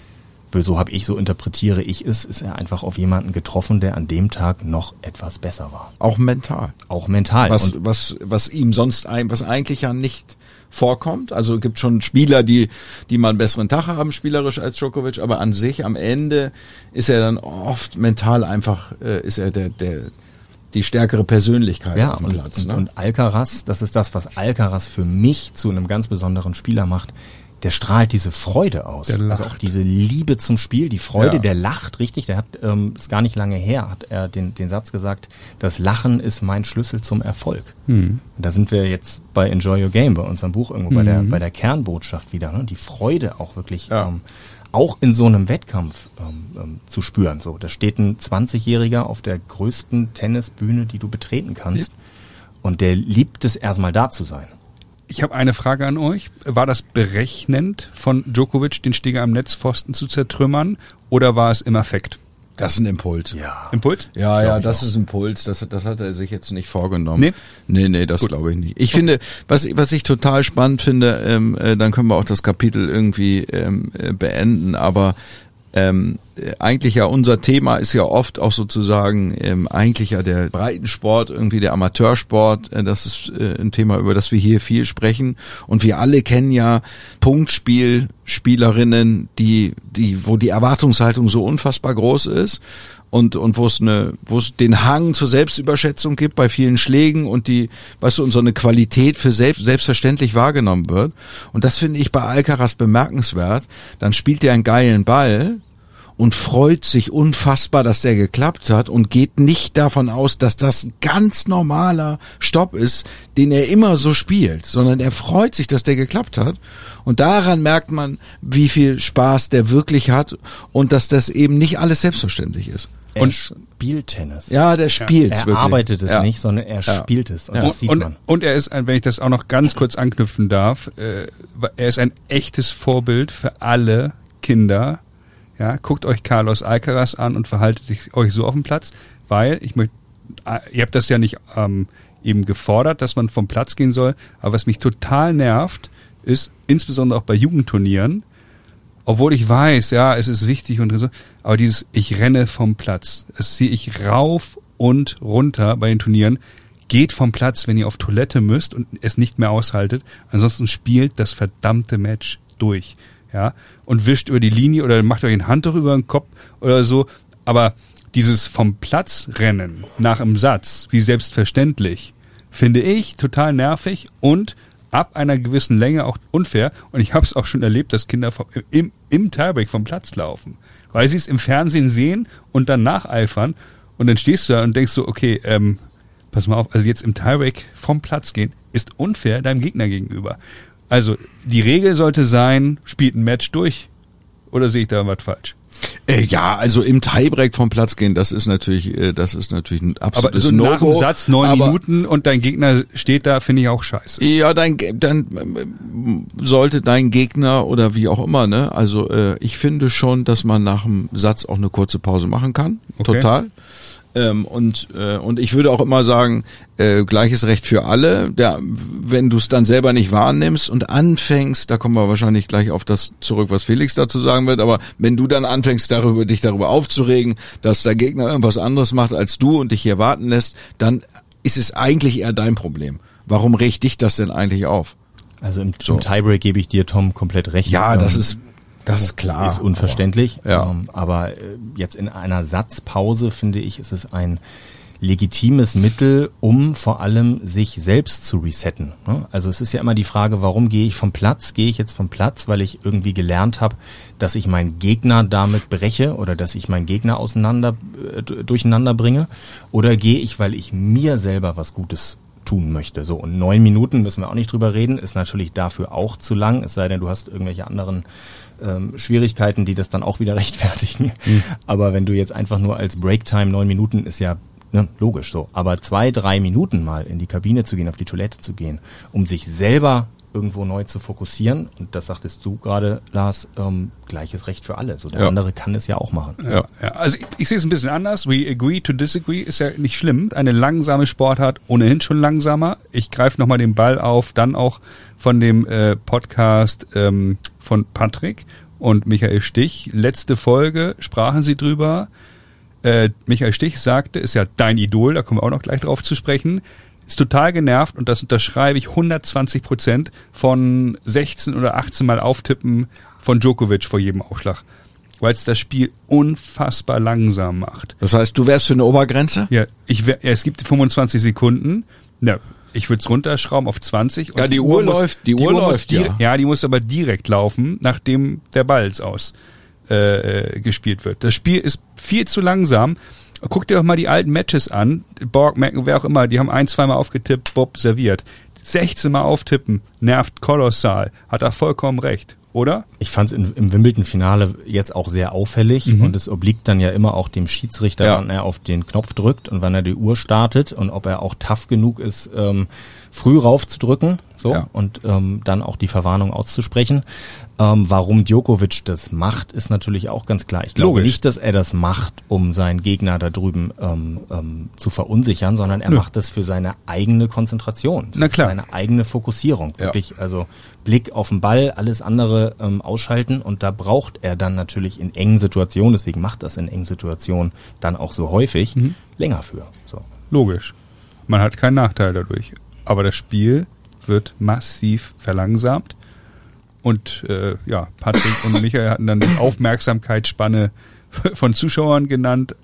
so habe ich, so interpretiere ich es, ist er einfach auf jemanden getroffen, der an dem Tag noch etwas besser war. Auch mental. Auch mental. Was, Und was, was ihm sonst ein, was eigentlich ja nicht vorkommt. Also gibt schon Spieler, die, die mal einen besseren Tag haben, spielerisch als Djokovic, aber an sich am Ende ist er dann oft mental einfach, äh, ist er der, der, die stärkere Persönlichkeit ja, auf dem und, Platz. und, Ne? und Alcaraz, das ist das, was Alcaraz für mich zu einem ganz besonderen Spieler macht. der strahlt diese Freude aus. Der lacht. Also auch diese Liebe zum Spiel, die Freude, Ja. der lacht, richtig. Der hat, ähm, ist gar nicht lange her, hat er den, den Satz gesagt, das Lachen ist mein Schlüssel zum Erfolg. Mhm. Und da sind wir jetzt bei Enjoy Your Game, bei unserem Buch irgendwo, Mhm. bei der, bei der Kernbotschaft wieder, ne? Die Freude auch wirklich, Ja. ähm, auch in so einem Wettkampf ähm, ähm, zu spüren. So, da steht ein zwanzigjähriger auf der größten Tennisbühne, die du betreten kannst. Und der liebt es erstmal da zu sein. Ich habe eine Frage an euch. War das berechnend von Djokovic, den Schläger am Netzpfosten zu zertrümmern, oder war es im Affekt? Das ist ein Impuls. Ja. Impuls? Ja, ja, ich das auch. ist ein Impuls. Das, das hat er sich jetzt nicht vorgenommen. Nee? Nee, nee, das glaube ich nicht. Ich finde, was, was ich total spannend finde, ähm, äh, dann können wir auch das Kapitel irgendwie ähm, äh, beenden, aber ähm, äh, eigentlich ja unser Thema ist ja oft auch sozusagen ähm, eigentlich ja der Breitensport, irgendwie der Amateursport. Äh, das ist äh, ein Thema, über das wir hier viel sprechen. Und wir alle kennen ja Punktspielspielerinnen, die, die, wo die Erwartungshaltung so unfassbar groß ist. Und, und wo es eine, wo es den Hang zur Selbstüberschätzung gibt bei vielen Schlägen und die, weißt du, und so eine Qualität für selbst, selbstverständlich wahrgenommen wird. Und das finde ich bei Alcaraz bemerkenswert. Dann spielt er einen geilen Ball und freut sich unfassbar, dass der geklappt hat und geht nicht davon aus, dass das ein ganz normaler Stopp ist, den er immer so spielt, sondern er freut sich, dass der geklappt hat. Und daran merkt man, wie viel Spaß der wirklich hat und dass das eben nicht alles selbstverständlich ist. Er Und- spielt Tennis. Ja, der spielt's Er wirklich. arbeitet es Ja. nicht, sondern er Ja. spielt es. Und Ja. das sieht und, man. und er ist, ein, wenn ich das auch noch ganz kurz anknüpfen darf, äh, er ist ein echtes Vorbild für alle Kinder. Ja, guckt euch Carlos Alcaraz an und verhaltet euch so auf dem Platz, weil ich möchte, äh, ihr habt das ja nicht ähm, eben gefordert, dass man vom Platz gehen soll, aber was mich total nervt, ist insbesondere auch bei Jugendturnieren, obwohl ich weiß, ja, es ist wichtig und so, aber dieses ich renne vom Platz, das sehe ich rauf und runter bei den Turnieren. Geht vom Platz, wenn ihr auf Toilette müsst und es nicht mehr aushaltet. Ansonsten spielt das verdammte Match durch, ja, und wischt über die Linie oder macht euch ein Handtuch über den Kopf oder so. Aber dieses vom Platz rennen nach einem Satz, wie selbstverständlich, finde ich total nervig und ab einer gewissen Länge auch unfair. Und ich habe es auch schon erlebt, dass Kinder vom, im, im Tiebreak vom Platz laufen, weil sie es im Fernsehen sehen und dann nacheifern. Und dann stehst du da und denkst so, okay, ähm, pass mal auf, also jetzt im Tiebreak vom Platz gehen, ist unfair deinem Gegner gegenüber. Also die Regel sollte sein, spielt ein Match durch. Oder sehe ich da was falsch? Äh, ja, also im Tiebreak vom Platz gehen, das ist natürlich, äh, das ist natürlich ein Aber absolutes so nach No-Go. dem Satz neun aber, Minuten und dein Gegner steht da, finde ich auch scheiße. Ja, dein, Ge- dann ähm, sollte dein Gegner oder wie auch immer, ne? Also äh, ich finde schon, dass man nach dem Satz auch eine kurze Pause machen kann. Okay. Total. Ähm, und äh, und ich würde auch immer sagen, äh, gleiches Recht für alle. Der, wenn du es dann selber nicht wahrnimmst und anfängst, da kommen wir wahrscheinlich gleich auf das zurück, was Felix dazu sagen wird, aber wenn du dann anfängst, darüber dich darüber aufzuregen, dass der Gegner irgendwas anderes macht als du und dich hier warten lässt, dann ist es eigentlich eher dein Problem. Warum regt dich das denn eigentlich auf? Also im, So. im Tiebreak gebe ich dir, Tom, komplett recht. Ja, das Ähm, ist das ist klar. ist unverständlich. Ja. Ähm, aber äh, jetzt in einer Satzpause, finde ich, ist es ein legitimes Mittel, um vor allem sich selbst zu resetten. Ne? Also es ist ja immer die Frage, warum gehe ich vom Platz? Gehe ich jetzt vom Platz, weil ich irgendwie gelernt habe, dass ich meinen Gegner damit breche oder dass ich meinen Gegner auseinander äh, durcheinander bringe? Oder gehe ich, weil ich mir selber was Gutes tun möchte? So, und neun Minuten müssen wir auch nicht drüber reden, ist natürlich dafür auch zu lang, es sei denn, du hast irgendwelche anderen ähm, Schwierigkeiten, die das dann auch wieder rechtfertigen. Mhm. Aber wenn du jetzt einfach nur als Breaktime neun Minuten ist ja ne, logisch so. Aber zwei, drei Minuten mal in die Kabine zu gehen, auf die Toilette zu gehen, um sich selber irgendwo neu zu fokussieren, und das sagtest du gerade, Lars, ähm, gleiches Recht für alle. So, der Ja. andere kann es ja auch machen. Ja. Ja, also ich, ich sehe es ein bisschen anders. We agree to disagree ist ja nicht schlimm. Eine langsame Sportart, ohnehin schon langsamer. Ich greife nochmal den Ball auf, dann auch von dem äh, Podcast ähm, von Patrick und Michael Stich. Letzte Folge sprachen sie drüber. Äh, Michael Stich sagte, ist ja dein Idol, da kommen wir auch noch gleich drauf zu sprechen, ist total genervt, und das unterschreibe ich hundertzwanzig Prozent, von sechzehn oder achtzehn Mal Auftippen von Djokovic vor jedem Aufschlag, weil es das Spiel unfassbar langsam macht. Das heißt, du wärst für eine Obergrenze? Ja, ich wär, ja, es gibt fünfundzwanzig Sekunden. Ja, Ich würde es runterschrauben auf zwanzig. Und Ja, die Uhr muss, läuft- die Uhr muss läuft, dire- ja. Ja, die muss aber direkt laufen, nachdem der Ball aus äh, gespielt wird. Das Spiel ist viel zu langsam. Guck dir doch mal die alten Matches an. Borg, Mecken, wer auch immer, die haben ein, zweimal aufgetippt, Bob serviert. sechzehn Mal auftippen, nervt kolossal. Hat er vollkommen recht, oder? Ich fand es im Wimbledon-Finale jetzt auch sehr auffällig Mhm. und es obliegt dann ja immer auch dem Schiedsrichter, Ja. wann er auf den Knopf drückt und wann er die Uhr startet und ob er auch tough genug ist, ähm, früh raufzudrücken so, Ja. und ähm, dann auch die Verwarnung auszusprechen. Ähm, warum Djokovic das macht, ist natürlich auch ganz klar. Ich glaube Logisch. nicht, dass er das macht, um seinen Gegner da drüben ähm, ähm, zu verunsichern, sondern er Nö. macht das für seine eigene Konzentration, Na klar. für seine eigene Fokussierung. Ja. Wirklich, also Blick auf den Ball, alles andere ähm, ausschalten und da braucht er dann natürlich in engen Situationen, deswegen macht das in engen Situationen dann auch so häufig, Mhm. länger für. So. Logisch. Man hat keinen Nachteil dadurch. Aber das Spiel wird massiv verlangsamt. Und äh, ja, Patrick und Michael hatten dann die Aufmerksamkeitsspanne von Zuschauern genannt,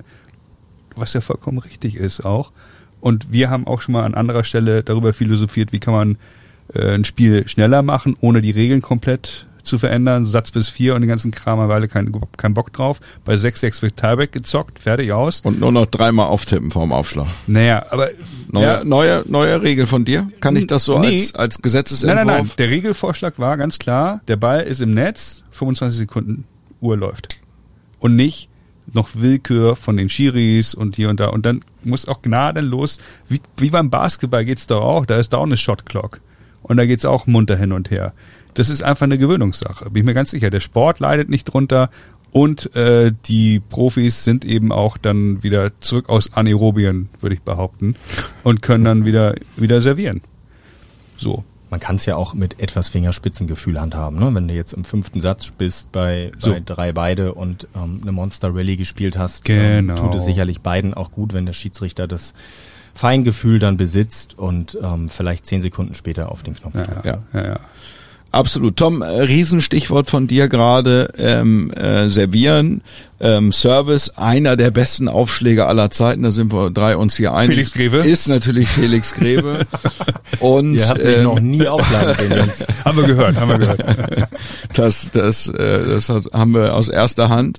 was ja vollkommen richtig ist auch. Und wir haben auch schon mal an anderer Stelle darüber philosophiert, wie kann man äh, ein Spiel schneller machen, ohne die Regeln komplett zu verändern. Satz bis vier und den ganzen Kram haben wir alle keinen keinen Bock drauf. Bei sechs sechs wird Tieback gezockt, fertig aus. Und nur noch dreimal auftippen vorm Aufschlag. Naja, aber Neue, ja, neue, neue Regel von dir? Kann ich das so Nee. als, als Gesetzesentwurf? Nein, nein, nein. Der Regelvorschlag war ganz klar, der Ball ist im Netz, fünfundzwanzig Sekunden Uhr läuft. Und nicht noch Willkür von den Schiris und hier und da. Und dann muss auch gnadenlos, wie, wie beim Basketball geht's doch auch, da ist da auch eine Shot Clock. Und da geht's auch munter hin und her. Das ist einfach eine Gewöhnungssache. Bin ich mir ganz sicher. Der Sport leidet nicht drunter. Und äh, die Profis sind eben auch dann wieder zurück aus Anaerobien, würde ich behaupten, und können dann wieder wieder servieren. So. Man kann es ja auch mit etwas Fingerspitzengefühl handhaben, ne? Wenn du jetzt im fünften Satz bist bei, So. bei drei beide und ähm, eine Monster Rally gespielt hast, Genau. ähm, tut es sicherlich beiden auch gut, wenn der Schiedsrichter das Feingefühl dann besitzt und ähm, vielleicht zehn Sekunden später auf den Knopf drückt. Ja. ja, ja. Absolut. Tom, äh, Riesenstichwort von dir gerade, ähm, äh, servieren, ähm, Service, einer der besten Aufschläger aller Zeiten, da sind wir drei uns hier einig. Felix Greve. Ist natürlich Felix Greve. Und Ihr habt mich ähm, noch nie aufschlagen sehen, Jungs. Haben wir gehört, haben wir gehört. Das, das, äh, das hat, haben wir aus erster Hand.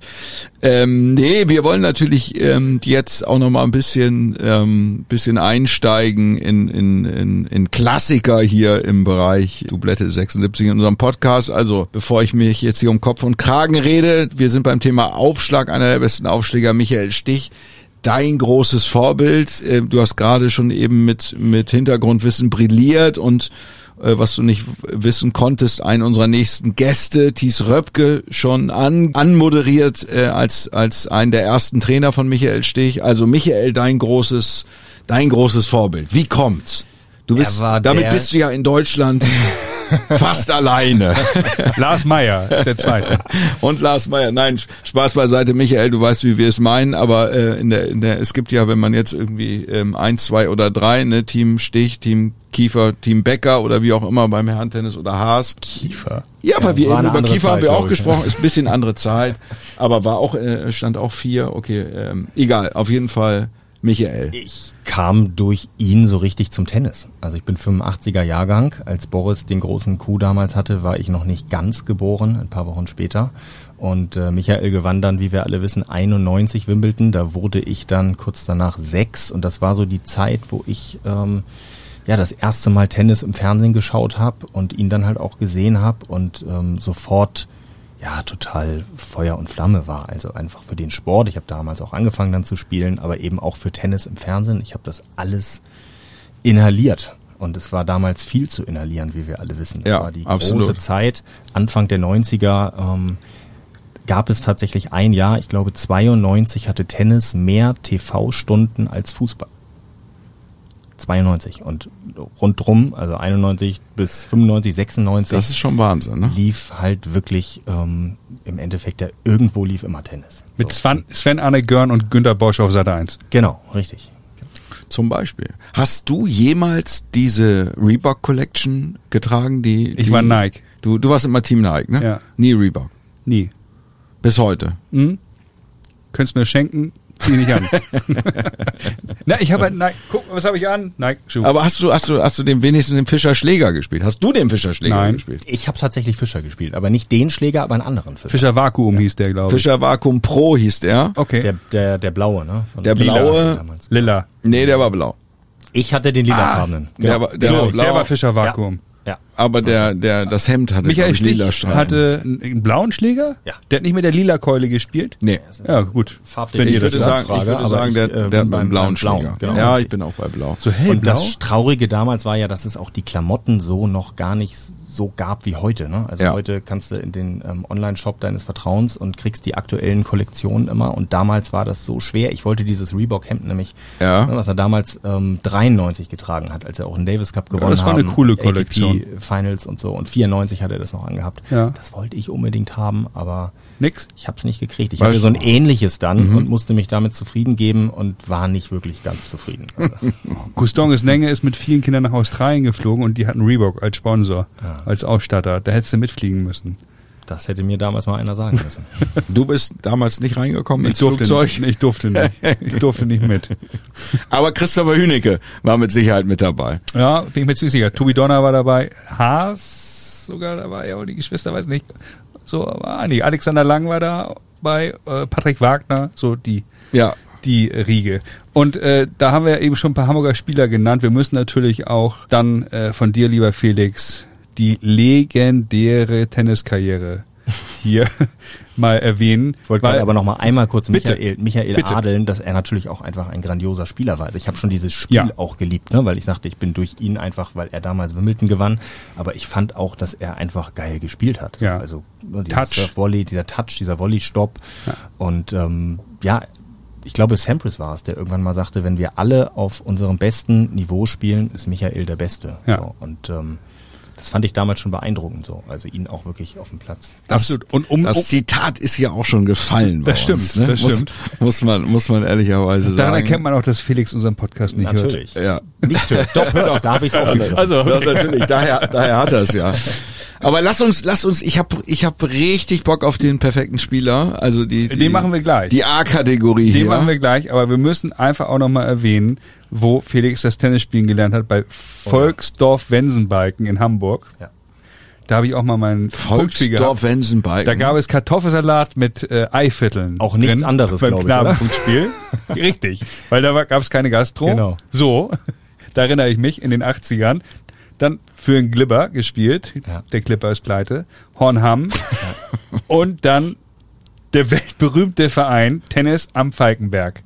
Ähm, nee, wir wollen natürlich ähm, jetzt auch noch mal ein bisschen, ähm, bisschen einsteigen in, in, in, in Klassiker hier im Bereich Doublette sechsundsiebzig in unserem Podcast. Also, bevor ich mich jetzt hier um Kopf und Kragen rede, wir sind beim Thema Aufschlag, einer der besten Aufschläger, Michael Stich. Dein großes Vorbild, äh, du hast gerade schon eben mit, mit Hintergrundwissen brilliert und äh, was du nicht w- wissen konntest, einen unserer nächsten Gäste, Thies Röpke, schon an, anmoderiert äh, als, als einen der ersten Trainer von Michael Stich. Also Michael, dein großes, dein großes Vorbild. Wie kommt's? Du bist, Er war damit der- bist du ja in Deutschland fast alleine. Lars Meyer ist der Zweite. Und Lars Meyer, nein, Spaß beiseite, Michael, du weißt, wie wir es meinen, aber äh, in der, in der, es gibt ja, wenn man jetzt irgendwie ähm, eins, zwei oder drei, ne, Team Stich, Team Kiefer, Team Becker oder wie auch immer beim Herrentennis oder Haas. Kiefer. Ja, aber Ja, wir war eine über andere Kiefer haben Zeit, wir auch glaub ich, gesprochen, ist ein bisschen andere Zeit, aber war auch, äh, stand auch vier, okay, ähm, egal, auf jeden Fall Michael. Ich kam durch ihn so richtig zum Tennis. Also ich bin fünfundachtziger Jahrgang. Als Boris den großen Coup damals hatte, war ich noch nicht ganz geboren, ein paar Wochen später. Und äh, Michael gewann dann, wie wir alle wissen, einundneunzig Wimbledon. Da wurde ich dann kurz danach sechs. Und das war so die Zeit, wo ich ähm, ja das erste Mal Tennis im Fernsehen geschaut habe und ihn dann halt auch gesehen habe und ähm, sofort ja total Feuer und Flamme war. Also einfach für den Sport. Ich habe damals auch angefangen dann zu spielen, aber eben auch für Tennis im Fernsehen. Ich habe das alles inhaliert. Und es war damals viel zu inhalieren, wie wir alle wissen. Das Ja, war die absolut. große Zeit. Anfang der neunziger ähm, gab es tatsächlich ein Jahr, ich glaube zweiundneunzig hatte Tennis mehr T V-Stunden als Fußball. zweiundneunzig und rundrum, also einundneunzig bis fünfundneunzig, sechsundneunzig, Das ist schon Wahnsinn, ne? lief halt wirklich ähm, im Endeffekt, ja, irgendwo lief immer Tennis. Mit So. Sven, Sven Arne Görn und Günter Bosch auf Seite eins. Genau, richtig. Zum Beispiel. Hast du jemals diese Reebok Collection getragen, die, Ich die war Nike. Du, du warst immer Team Nike, ne? Ja. Nie Reebok. Nie. Bis heute. Hm? Könntest mir schenken, Zieh nicht an. Na, ich habe halt, Nike, guck, was habe ich an? Nike Schuh. Aber hast du, hast du, hast du den wenigstens den Fischer Schläger gespielt? Hast du den Fischer Schläger Nein. gespielt? Ich habe tatsächlich Fischer gespielt, aber nicht den Schläger, aber einen anderen Fischer. Fischer Vakuum hieß der, glaube ich. Fischer Vakuum Pro hieß der. Okay. Der, der, der blaue, ne? Von Der Lila blaue- damals. Lila. Nee, der war blau. Ich hatte den lilafarbenen. Der war, der so, war blau. der war Fischer Vakuum. Ja. Aber der, der, das Hemd hatte, Michael glaub ich, lila Stich Streifen. hatte einen, einen blauen Schläger? Ja. Der hat nicht mit der lila Keule gespielt? Nee. Ja, gut. Farblich Wenn Ich ihr würde das sagen, sagt. ich würde aber sagen, der, ich, äh, der hat beim- einen blauen beim blauen, Schläger. genau. Ja, ich bin auch bei blau. So hellblau? Und das Traurige damals war ja, dass es auch die Klamotten so noch gar nicht so gab wie heute. Ne? Also Ja. heute kannst du in den ähm, Online-Shop deines Vertrauens und kriegst die aktuellen Kollektionen immer. Und damals war das so schwer. Ich wollte dieses Reebok-Hemd nämlich, Ja. ne, was er damals ähm, dreiundneunzig getragen hat, als er auch einen Davis Cup gewonnen hat. das war eine coole Kollektion. A T P Finals und so. Und vierundneunzig hat er das noch angehabt. Ja. Das wollte ich unbedingt haben, aber Nix? ich habe es nicht gekriegt. Ich Weißt hatte so ein du- ähnliches dann Mhm. und musste mich damit zufrieden geben und war nicht wirklich ganz zufrieden. Also, Gustonges Länge ist mit vielen Kindern nach Australien geflogen und die hatten Reebok als Sponsor, Ja. als Ausstatter. Da hättest du mitfliegen müssen. das hätte mir damals mal einer sagen müssen. Du bist damals nicht reingekommen Ich ins durfte, Flugzeug. nicht, ich durfte nicht. Ich durfte nicht mit. Aber Christopher Hünecke war mit Sicherheit mit dabei. Ja, bin ich mir ziemlich sicher. Tobi Donner war dabei. Haas sogar dabei. Ja, und die Geschwister, weiß nicht. So, aber einige. Alexander Lang war dabei. Äh, Patrick Wagner. So die Ja. die Riege. Und äh, da haben wir eben schon ein paar Hamburger Spieler genannt. Wir müssen natürlich auch dann äh, von dir, lieber Felix, die legendäre Tenniskarriere hier mal erwähnen. Ich wollte weil- gerade aber noch mal einmal kurz Bitte. Michael, Michael Bitte. adeln, dass er natürlich auch einfach ein grandioser Spieler war. Also ich habe schon dieses Spiel Ja. auch geliebt, ne? Weil ich sagte, ich bin durch ihn einfach, weil er damals Wimbledon gewann. Aber ich fand auch, dass er einfach geil gespielt hat. Ja. Also ne, dieser Touch. Surf-Volley, dieser Touch, dieser Volley-Stopp. Ja. Und ähm, ja, ich glaube, Sampras war es, der irgendwann mal sagte, wenn wir alle auf unserem besten Niveau spielen, ist Michael der Beste. Ja. So, und ähm, das fand ich damals schon beeindruckend so. Also ihn auch wirklich auf dem Platz. Das, Absolut. Und um- das um- Zitat ist hier auch schon gefallen bei Das stimmt, uns. Ne? das muss, stimmt. Muss man, muss man ehrlicherweise Daran sagen. erkennt man auch, dass Felix unseren Podcast nicht Natürlich. Ja. Nicht hört. Doch, hört. Da habe ich es aufgegriffen. Also, Ja, natürlich, daher, daher hat er es ja. Aber lass uns, lass uns, ich habe ich hab richtig Bock auf den perfekten Spieler. Also die, die Den machen wir gleich. Die A-Kategorie Den hier. machen wir gleich, aber wir müssen einfach auch nochmal erwähnen, wo Felix das Tennisspielen gelernt hat, bei Volksdorf-Wensenbalken in Hamburg. Ja. Da habe ich auch mal meinen Punktspiel gehabt. Volksdorf-Wensenbalken. Da gab es Kartoffelsalat mit äh, Eivierteln. Auch nichts drin anderes, beim glaub ich, oder? Knabenpunktspiel. Richtig, weil da gab es keine Gastro. Genau. So, da erinnere ich mich, in den achtzigern. Dann für einen Glibber gespielt. Ja. Der Clipper ist pleite. Hornham. Und dann der weltberühmte Verein Tennis am Falkenberg.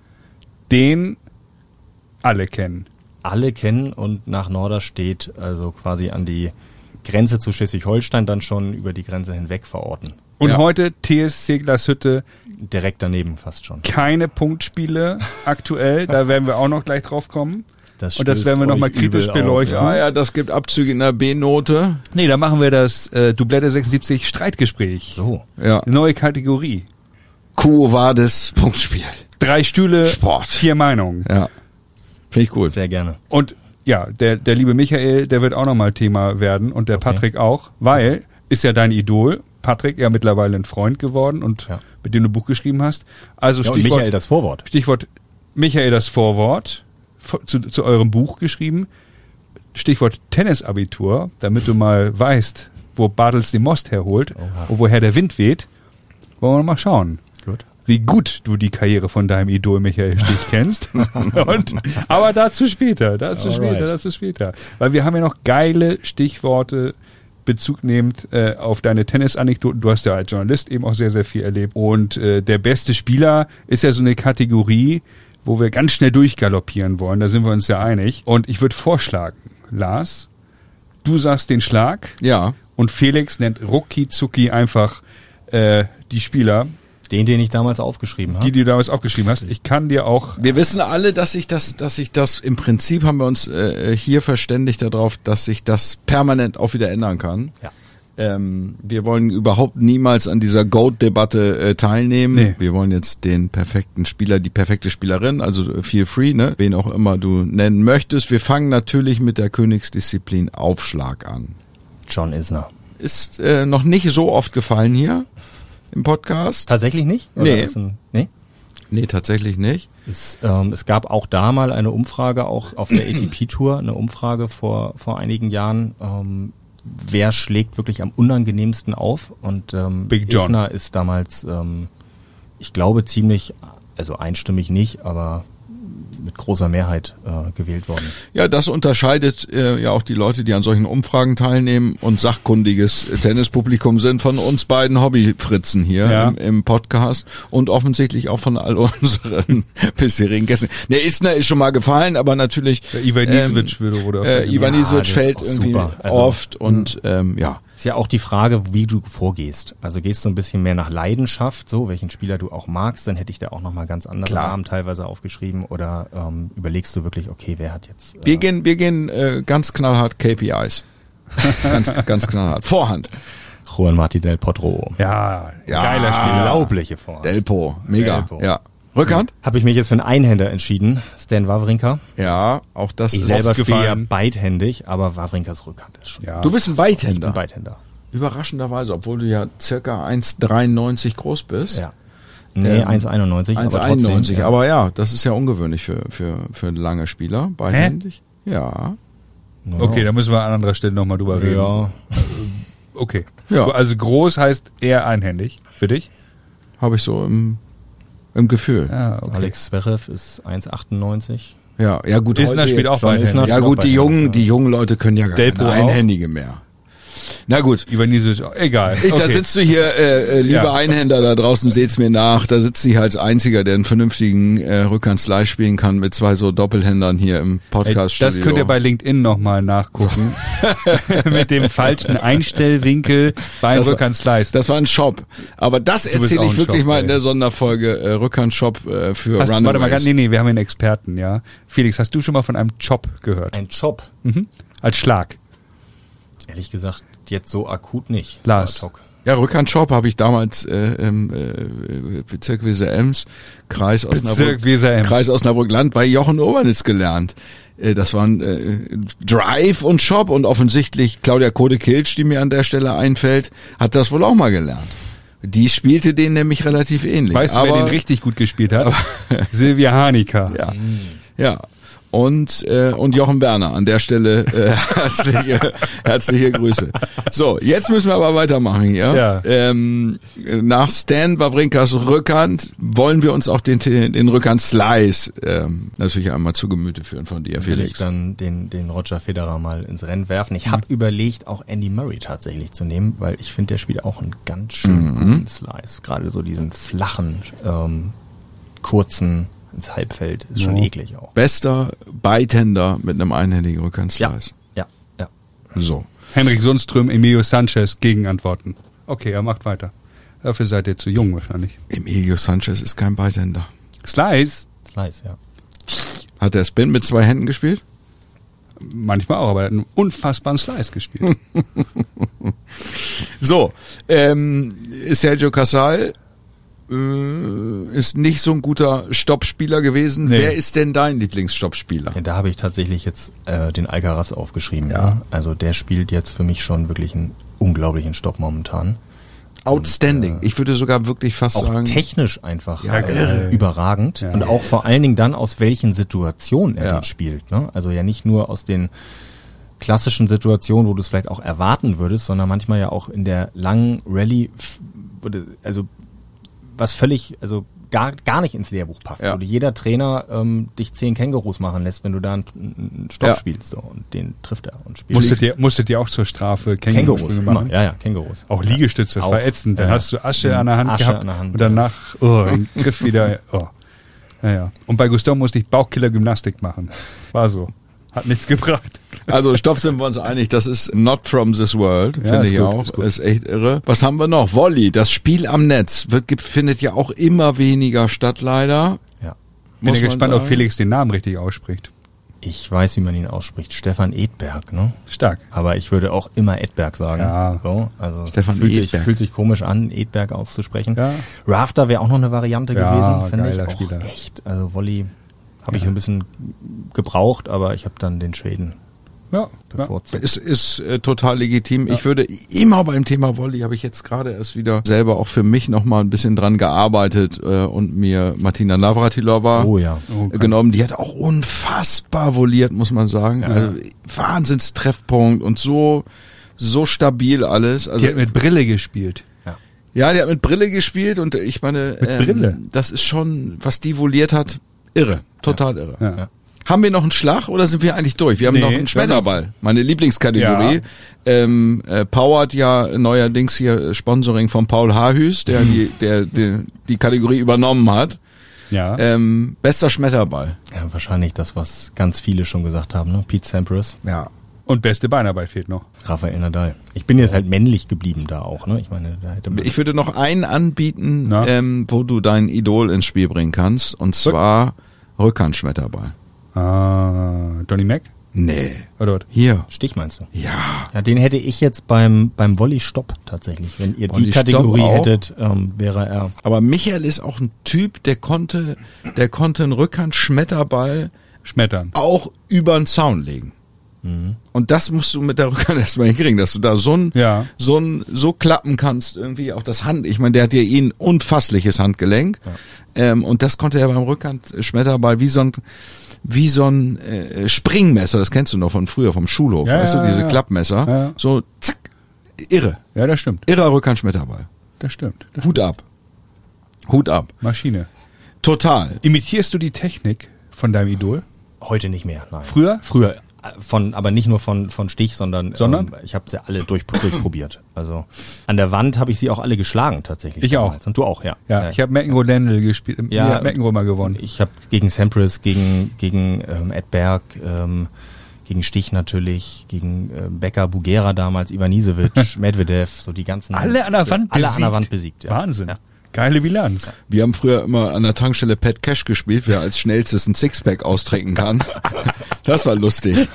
Den alle kennen. Alle kennen und nach Norderstedt, also quasi an die Grenze zu Schleswig-Holstein, dann schon über die Grenze hinweg verorten. Und Ja. heute T S C Glashütte, Direkt daneben fast schon. keine Punktspiele aktuell. Da werden wir auch noch gleich drauf kommen. Das Und das stößt werden wir noch mal euch übel kritisch auf, beleuchten. Ja, ja, das gibt Abzüge in der B-Note. Nee, da machen wir das äh, Doublette sechsundsiebzig Streitgespräch. So. Ja. Neue Kategorie. Quo Vadis Punktspiel. Drei Stühle, Sport. vier Meinungen. Ja. Finde ich gut. Sehr gerne. Und ja, der, der liebe Michael, der wird auch nochmal Thema werden und der Okay. Patrick auch, weil ist ja dein Idol. Patrick ja mittlerweile ein Freund geworden und Ja. mit dem du ein Buch geschrieben hast. Also Ja, und Stichwort, Michael das Vorwort. Stichwort Michael das Vorwort f- zu, zu eurem Buch geschrieben. Stichwort Tennisabitur, damit du mal weißt, wo Bartels die Most herholt Oha. und woher der Wind weht. Wollen wir mal schauen, Gut. wie gut du die Karriere von deinem Idol Michael Stich kennst. Und, aber dazu später, dazu Alright. später, dazu später. Weil wir haben ja noch geile Stichworte Bezug nehmend äh, auf deine Tennisanekdoten. Du hast ja als Journalist eben auch sehr, sehr viel erlebt. Und äh, der beste Spieler ist ja so eine Kategorie, wo wir ganz schnell durchgaloppieren wollen. Da sind wir uns ja einig. Und ich würde vorschlagen, Lars, du sagst den Schlag Ja. und Felix nennt rucki zucki einfach äh, die Spieler, Den, den ich damals aufgeschrieben habe. die, die du damals aufgeschrieben hast. Ich kann dir auch, Wir wissen alle, dass sich das, dass sich das im Prinzip haben wir uns äh, hier verständigt darauf, dass sich das permanent auch wieder ändern kann. Ja. Ähm, wir wollen überhaupt niemals an dieser GOAT-Debatte äh, teilnehmen. Nee. Wir wollen jetzt den perfekten Spieler, die perfekte Spielerin, also feel free, ne? Wen auch immer du nennen möchtest. Wir fangen natürlich mit der Königsdisziplin Aufschlag an. John Isner. Ist äh, noch nicht so oft gefallen hier im Podcast. Tatsächlich nicht? Nee. Ist ein, nee? Nee, tatsächlich nicht. Es, ähm, es gab auch da mal eine Umfrage, auch auf der A T P-Tour, eine Umfrage vor, vor einigen Jahren, ähm, wer schlägt wirklich am unangenehmsten auf? Und ähm, Big John. Isner ist damals, ähm, ich glaube, ziemlich, also einstimmig nicht, aber mit großer Mehrheit äh, gewählt worden. Ja, das unterscheidet äh, ja auch die Leute, die an solchen Umfragen teilnehmen und sachkundiges Tennispublikum sind, von uns beiden Hobbyfritzen hier Ja. im, im Podcast und offensichtlich auch von all unseren bisherigen Gästen. Der Isner ist schon mal gefallen, aber natürlich Der Ivanisevic würde oder äh, Ivanisevic das ist fällt auch irgendwie super. Also, oft und ähm, ja. Ist ja auch die Frage, wie du vorgehst. Also gehst du ein bisschen mehr nach Leidenschaft, so welchen Spieler du auch magst, dann hätte ich da auch nochmal ganz andere Klar. Namen teilweise aufgeschrieben. Oder ähm, überlegst du wirklich, okay, wer hat jetzt... Äh, Wir gehen, wir gehen äh, ganz knallhart K P Is. ganz, ganz knallhart. Vorhand. Juan Martí del Potro. Ja, Ja. geiler Spieler. Unglaubliche Vorhand. Delpo. Mega. Delpo. Ja. Rückhand? Habe ich mich jetzt für einen Einhänder entschieden, Stan Wawrinka. Ja, auch das Ich ist... selber spiele ja gefallen. beidhändig, aber Wawrinkas Rückhand ist schon Ja. Du bist ein ein Beidhänder. Beidhänder. Überraschenderweise, obwohl du ja circa eins Komma dreiundneunzig groß bist. Ja. Nee, Ähm, eins Komma einundneunzig. eins Komma aber trotzdem, einundneunzig, ja. aber ja, das ist ja ungewöhnlich für, für, für lange Spieler, beidhändig. Ja. Ja. Okay, da müssen wir an anderer Stelle nochmal drüber reden. Ja, Okay. Ja. Also groß heißt eher einhändig. Für dich? Habe ich so im, im Gefühl. Ja, okay. Alex Zverev ist eins Komma achtundneunzig. Ja, ja gut. Isner heute spielt auch jetzt schon. beidhändig. Isner Ja spielt auch gut, die beidhändig, jungen, ja. die jungen Leute können ja gar Delpo keine auch? Einhändige mehr. Na gut. Ivanisevic, egal. Ich, Da Okay. sitzt du hier, äh, äh, liebe Ja. Einhänder da draußen, seht's mir nach, da sitzt ich als Einziger, der einen vernünftigen äh, Rückhand-Slice spielen kann mit zwei so Doppelhändern hier im Ey, Podcast-Studio. das könnt ihr bei LinkedIn nochmal nachgucken. Mit dem falschen Einstellwinkel beim Das war- Rückhand-Slice. Das war ein Shop. Aber das bist erzähle auch ich ein wirklich Shop, mal ey. in der Sonderfolge äh, Rückhand-Shop äh, für Hast, Runaways. warte mal, ganz- nee, nee, wir haben einen Experten, ja. Felix, hast du schon mal von einem Chop gehört? Ein Job. Mhm. Als Schlag. Ehrlich gesagt, jetzt so akut nicht. Lars. Ad hoc. Ja, Rückhand-Shop habe ich damals äh, im äh, Bezirk Weser-Ems, Kreis Bezirk Osnabrück, Weser-Ems. Kreis Osnabrück-Land bei Jochen Obernitz gelernt. Äh, das waren äh, Drive und Shop und offensichtlich Claudia Kode-Kilsch, die mir an der Stelle einfällt, hat das wohl auch mal gelernt. Die spielte den nämlich relativ ähnlich. Weißt du, aber, wer den richtig gut gespielt hat? Silvia Hanika. Ja, ja. Und, äh, und Jochen Werner an der Stelle äh, herzliche, herzliche Grüße. So, jetzt müssen wir aber weitermachen hier. Ja. Ähm, nach Stan Wawrinkas Rückhand wollen wir uns auch den, den Rückhand-Slice ähm, natürlich einmal zu Gemüte führen von dir, Will ich Felix. dann den, den Roger Federer mal ins Rennen werfen. Ich habe überlegt, auch Andy Murray tatsächlich zu nehmen, weil ich finde, der spielt auch einen ganz schön guten Slice. Gerade so diesen flachen, ähm, kurzen ins Halbfeld ist schon Ja. eklig auch. Bester Beidhänder mit einem einhändigen Rückhand-Slice. ja, ja. So. Henrik Sundström, Emilio Sanchez, Gegenantworten. Okay, er macht weiter. Dafür seid ihr zu jung wahrscheinlich. Emilio Sanchez ist kein Beidhänder. Slice, Slice, ja. Hat der Spin mit zwei Händen gespielt? manchmal auch, aber er hat einen unfassbaren Slice gespielt. So, ähm, Sergio Casal äh, ist nicht so ein guter Stoppspieler gewesen. Nee. Wer ist denn dein Lieblingsstoppspieler? Ja, da habe ich tatsächlich jetzt äh, den Alcaraz aufgeschrieben. Ja. Ja. Also der spielt jetzt für mich schon wirklich einen unglaublichen Stopp momentan. Outstanding. Ich würde sogar wirklich fast Auch sagen. technisch einfach Ja, äh, geil. überragend. Ja. Und auch vor allen Dingen dann, aus welchen Situationen er Ja. den spielt. Ne? Also ja nicht nur aus den klassischen Situationen, wo du es vielleicht auch erwarten würdest, sondern manchmal ja auch in der langen Rallye, f- wurde, also was völlig, also gar, gar nicht ins Lehrbuch passt. Ja. Wo jeder Trainer ähm, dich zehn Kängurus machen lässt, wenn du da einen, einen Stopp Ja. spielst. So, und den trifft er und spielt. musstet, ihr, musstet ihr auch zur Strafe Kängurus, Kängurusprünge immer. machen? Ja, ja, Kängurus. Auch Liegestütze, das Auch. war ätzend. Dann Ja. hast du Asche an der Hand Asche gehabt an der Hand, und danach oh, den Griff wieder. Oh. Ja, ja. Und bei Gustav musste ich Bauchkiller-Gymnastik machen. War so. Hat nichts gebracht. Also Stopp sind wir uns einig, das ist not from this world, Ja, finde ist ich gut, auch. ist gut. Ist echt irre. Was haben wir noch? Volley, das Spiel am Netz wird, gibt, findet ja auch immer weniger statt, leider. Ja. Bin Muss ja man gespannt, ob sagen. Felix den Namen richtig ausspricht. Ich weiß, wie man ihn ausspricht. Stefan Edberg, ne? Stark. Aber ich würde auch immer Edberg sagen. Ja. So, also Stefan fühlt, sich, Edberg. fühlt sich komisch an, Edberg auszusprechen. Ja. Rafter wäre auch noch eine Variante Ja, gewesen, finde ich. geiler Auch Spieler. echt. Also Volley habe ich so ein bisschen gebraucht, aber ich habe dann den Schweden Ja, bevorzugt. Ist, ist äh, total legitim. Ich würde immer beim Thema Volley, habe ich jetzt gerade erst wieder selber auch für mich nochmal ein bisschen dran gearbeitet äh, und mir Martina Navratilova Oh ja. Okay. genommen. Die hat auch unfassbar volliert, muss man sagen. Ja. Also, Wahnsinnstreffpunkt und so so stabil alles. Also Die hat mit Brille gespielt. ja, die hat mit Brille gespielt und ich meine, Mit Brille? das ist schon, was die volliert hat, irre, total irre. Ja. Ja. Haben wir noch einen Schlag oder sind wir eigentlich durch? Wir haben Nee, noch einen Schmetterball, meine Lieblingskategorie. Ja. Ähm, äh, powert ja neuerdings hier Sponsoring von Paul Haarhüs, der die, der, der die Kategorie übernommen hat. Ja. Ähm, bester Schmetterball. Ja, wahrscheinlich das, was ganz viele schon gesagt haben, ne? Pete Sampras, Ja. Und beste Beinarbeit fehlt noch. Rafael Nadal. Ich bin jetzt halt männlich geblieben da auch, ne? Ich meine, da hätte man Ich würde noch einen anbieten, Na? ähm, wo du dein Idol ins Spiel bringen kannst, und zwar Rückhandschmetterball. Ah, Johnny Mac? Nee. Oder was? Hier. Stich meinst du? Ja. Ja, den hätte ich jetzt beim beim Volley-Stopp tatsächlich. Wenn ihr die Volley-Stopp Kategorie auch? hättet, ähm, wäre er. Aber Michael ist auch ein Typ, der konnte, der konnte einen Rückhandschmetterball Schmettern. auch über den Zaun legen. Und das musst du mit der Rückhand erstmal hinkriegen, dass du da so ein, Ja. so ein, so klappen kannst, irgendwie auch das Hand. Ich meine, der hat ja eh ein unfassliches Handgelenk. Ähm, und das konnte er beim Rückhandschmetterball wie so ein, wie so ein äh, Springmesser, das kennst du noch von früher, vom Schulhof, Ja, weißt ja, du, diese ja. Klappmesser. Ja. So, zack, irre. Ja, das stimmt. Irrer Rückhandschmetterball. Das stimmt. Das Hut ab. Hut ab. Maschine. Total. Imitierst du die Technik von deinem Idol? Heute nicht mehr, nein. Früher? Früher. äh, Von, aber nicht nur von, von Stich, sondern, Sondern? Ähm, ich habe sie alle durch, durchprobiert. Also an der Wand habe ich sie auch alle geschlagen tatsächlich. Ich auch. damals. Und du auch, ja. Ja, ich habe McEnroe Lendl gespielt. Ja, Ja, McEnroe mal gewonnen. Ich habe gegen Sampras, gegen, gegen ähm, Ed Berg, ähm, gegen Stich natürlich, gegen ähm, Becker, Bugera damals, Ivanisevic, Medvedev, so die ganzen. Alle an der Wand alle besiegt. an der Wand besiegt. Ja. Wahnsinn. Ja. Geile Bilanz. Wir haben früher immer an der Tankstelle Pat Cash gespielt, wer als schnellstes ein Sixpack austrinken kann. Das war lustig.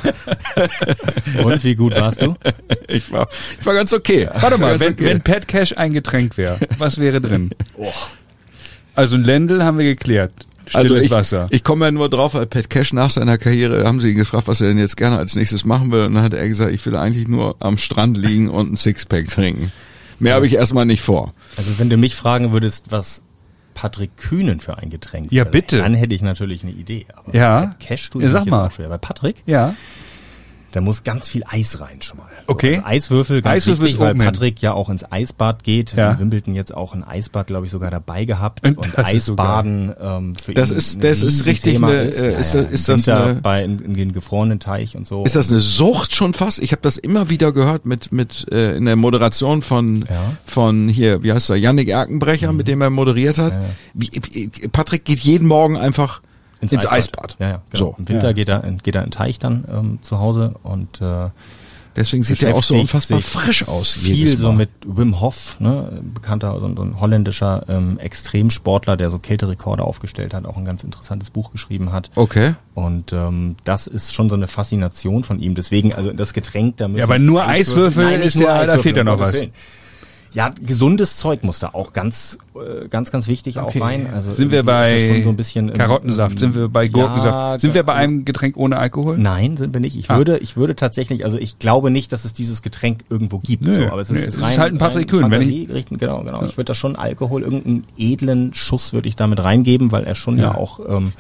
Und wie gut warst du? Ich war, ich war ganz okay. Warte Ich war mal, ganz wenn, okay. wenn Pat Cash ein Getränk wäre, was wäre drin? Also ein Lendl haben wir geklärt. Stilles also ich, Wasser. ich komme ja nur drauf, weil Pat Cash nach seiner Karriere, haben sie ihn gefragt, was er denn jetzt gerne als nächstes machen will. Und dann hat er gesagt, ich will eigentlich nur am Strand liegen und ein Sixpack trinken. Mehr habe ich erstmal nicht vor. Also wenn du mich fragen würdest, was Patrick Kühnen für ein Getränk Ja, wäre, bitte. dann hätte ich natürlich eine Idee. Aber Ja. bei Cash tut Ja, ja, sag jetzt mal. auch schwer. Bei Patrick, Ja. da muss ganz viel Eis rein schon mal. Okay. Also Eiswürfel, ganz Eiswürfel wichtig, ist weil oben hin. Patrick ja auch ins Eisbad geht. Ja. In Wimbledon jetzt auch ein Eisbad, glaube ich, sogar dabei gehabt. Und Und, das ist so Eisbaden ähm, für Das ihn ist- ein das ist richtig Riesenthema eine, ist. äh, Ja, ist ja, das- ist im das Winter eine- bei in, in den gefrorenen Teich und so. Ist das eine Sucht schon fast? Ich habe das immer wieder gehört mit mit äh, in der Moderation von Ja. von hier, wie heißt er, Yannick Erkenbrecher, mit dem er moderiert hat. Ja, ja. Wie, wie, Patrick geht jeden Morgen einfach ins, Eisbad. Ja, ja, genau. So. Im Winter Ja. geht er in, geht er in den Teich dann ähm, zu Hause und äh, Deswegen sieht er auch so beschäftigt unfassbar sich frisch aus. Viel jedes so Mal. mit Wim Hof, ne, bekannter, so ein, so ein holländischer ähm, Extremsportler, der so Kälterekorde aufgestellt hat, auch ein ganz interessantes Buch geschrieben hat. Okay. Und ähm, das ist schon so eine Faszination von ihm. Deswegen, also das Getränk, da müssen Ja, aber nur Eiswürfel Nein, nicht ist nur ja- da Eiswürfel, fehlt ja um noch Gottes was. Willen. Ja, gesundes Zeug muss da auch ganz, äh, ganz, ganz wichtig Okay. auch rein. Also Sind wir irgendwie ist das bei schon so ein bisschen im- Karottensaft? im- Sind wir bei Gurkensaft? Ja, Sind wir bei einem Getränk ohne Alkohol? Nein, sind wir nicht. Ich Ah. würde, ich würde tatsächlich, also ich glaube nicht, dass es dieses Getränk irgendwo gibt. Nö, so, aber es ist, nee, ist es ist rein, halt ein Patrick rein Kühn, wenn ich- Fantasie gerichtet, genau, genau. Ich würde da schon Alkohol, irgendeinen edlen Schuss würde ich damit reingeben, weil er schon ja, Ja. auch ähm,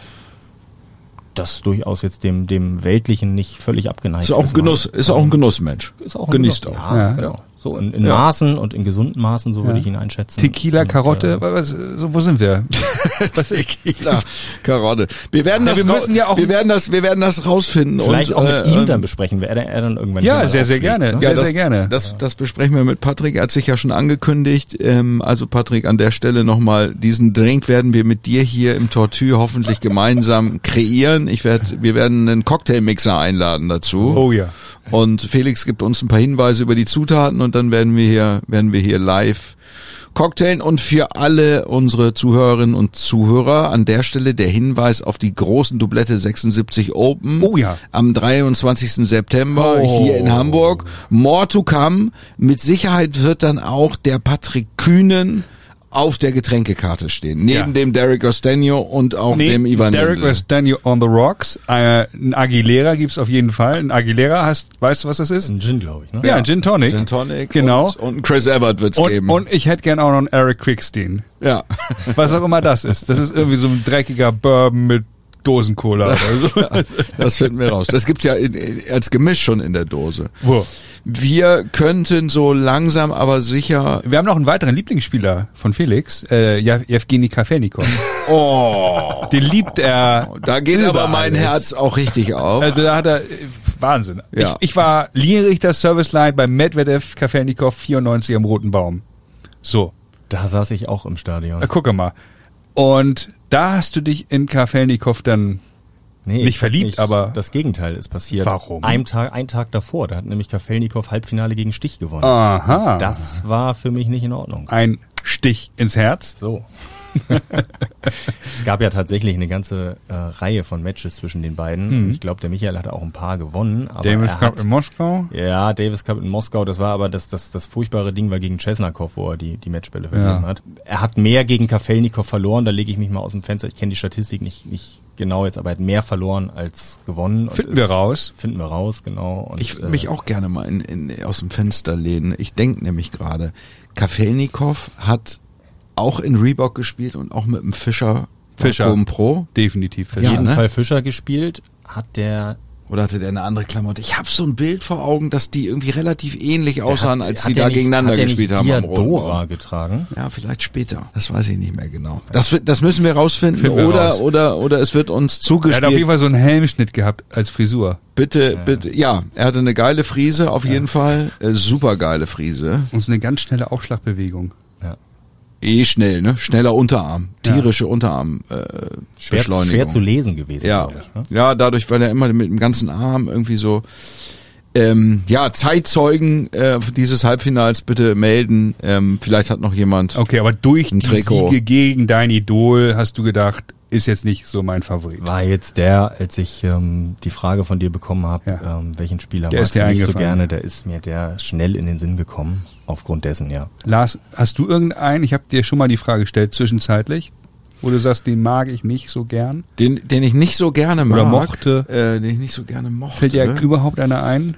das durchaus jetzt dem dem Weltlichen nicht völlig abgeneigt Ist auch ein Genuss, mal. ist auch ein Genussmensch. Ist auch ein Genießt Genuss. auch. Ja, Ja. genau. So in, in Ja. Maßen und in gesunden Maßen, so würde ich ihn einschätzen. Tequila, Und, Karotte, äh, was, so, wo sind wir? Tequila, Karotte. Wir werden Ja, das, wir rau- müssen ja auch- wir werden das, wir werden das rausfinden Vielleicht und auch mit äh, ihm dann ähm, besprechen, wer er, er dann irgendwann Ja, hier mal sehr, sehr aufschlägt, gerne. ne? Sehr, ja, das, sehr gerne. Das, das besprechen wir mit Patrick. Er hat sich ja schon angekündigt. Ähm, also Patrick, an der Stelle nochmal, diesen Drink werden wir mit dir hier im Tortue hoffentlich gemeinsam kreieren. Ich werde, wir werden einen Cocktailmixer einladen dazu. Oh ja. Und Felix gibt uns ein paar Hinweise über die Zutaten und dann werden wir hier, werden wir hier live cocktailen. Und für alle unsere Zuhörerinnen und Zuhörer an der Stelle der Hinweis auf die großen Doublette sechsundsiebzig Open. Oh ja. Am dreiundzwanzigsten September Oh. hier in Hamburg. More to come. Mit Sicherheit wird dann auch der Patrick Kühnen auf der Getränkekarte stehen. Neben Ja. dem Derek Ostenio und auch Nee, dem Ivan Derek Lendl. Ostenio on the Rocks. Äh, ein Aguilera gibt's auf jeden Fall. Ein Aguilera, hast, weißt du, was das ist? Ein Gin, glaube ich, ne? Ja, ein Gin Tonic. Gin Tonic Genau. und, und einen Chris Evert wird's Und, geben. und ich hätte gern auch noch einen Eric Quickstein. ja. Was auch immer das ist. Das ist irgendwie so ein dreckiger Bourbon mit Dosencola oder so. Das finden wir raus. Das gibt's ja in, in, als Gemisch schon in der Dose. Wo? Wir könnten so langsam aber sicher... Wir haben noch einen weiteren Lieblingsspieler von Felix, äh, Jewgeni Kafelnikov. Oh, Den liebt er. da geht aber über mein alles. Herz auch richtig auf. Also da hat er, äh, Wahnsinn. Ja. Ich, ich war Linienrichter Serviceline bei Medvedev Kafelnikov vierundneunzig am Roten Baum. So, Da saß ich auch im Stadion. äh, gucke mal. Und da hast du dich in Kafelnikov dann... Nee, Nicht ich hab verliebt, mich, aber- das Gegenteil ist passiert. Warum? Ein Tag, ein Tag davor, da hat nämlich Kafelnikov Halbfinale gegen Stich gewonnen. Aha. Das war für mich nicht in Ordnung. Ein Stich ins Herz. So. Es gab ja tatsächlich eine ganze äh, Reihe von Matches zwischen den beiden. Mhm. Ich glaube, der Michael hatte auch ein paar gewonnen. Aber Davis er Cup hat, in Moskau. Ja, Davis Cup in Moskau, das war aber das, das, das furchtbare Ding war gegen Chesnakov, wo er die, die Matchbälle vergeben Ja. hat. Er hat mehr gegen Kafelnikov verloren, da lege ich mich mal aus dem Fenster. Ich kenne die Statistik nicht, nicht genau jetzt, aber er hat mehr verloren als gewonnen. Und Finden ist- wir raus. Finden wir raus, genau. Und, Ich würde äh, mich auch gerne mal in, in, aus dem Fenster lehnen. Ich denke nämlich gerade, Kafelnikov hat auch in Reebok gespielt und auch mit dem Fischer, Fischer. Vakuum Pro. Definitiv. auf Ja, jeden ne? Fall Fischer gespielt, hat der Oder hatte der eine andere Klamotte? Ich habe so ein Bild vor Augen, dass die irgendwie relativ ähnlich aussahen, hat, als hat die der da nicht, gegeneinander hat der gespielt nicht haben. am Roten Diadora Baum. getragen. Ja, vielleicht später. Das weiß ich nicht mehr genau. Das, wird- das müssen wir rausfinden. Finden wir oder, raus. oder, oder es wird uns Er hat zugespielt. auf jeden Fall so einen Helmschnitt gehabt als Frisur. bitte, bitte, ja, er hatte eine geile Frise, auf jeden Fall. Äh, super geile Frise. Und so eine ganz schnelle Aufschlagbewegung. Eh schnell, ne? Schneller Unterarm. Tierische Unterarm, äh, Schwer, Beschleunigung. schwer zu lesen gewesen, Ja, glaube ich. Ne? ja, dadurch, weil er immer mit dem ganzen Arm irgendwie so, ähm, ja, Zeitzeugen äh, dieses Halbfinals bitte melden. Ähm, vielleicht hat noch jemand. Okay, aber durch Ein die Trikot. Siege gegen dein Idol hast du gedacht, ist jetzt nicht so mein Favorit. War jetzt der, als ich ähm, die Frage von dir bekommen habe, Ja. ähm, welchen Spieler Der magst ist du dir nicht so eingefallen. gerne, der ist mir der schnell in den Sinn gekommen, aufgrund dessen, ja. Lars, hast du irgendeinen, ich habe dir schon mal die Frage gestellt, zwischenzeitlich, wo du sagst, den mag ich nicht so gern? Den, den ich nicht so gerne mag. Oder mochte. Äh, den ich nicht so gerne mochte. Fällt dir überhaupt einer ein?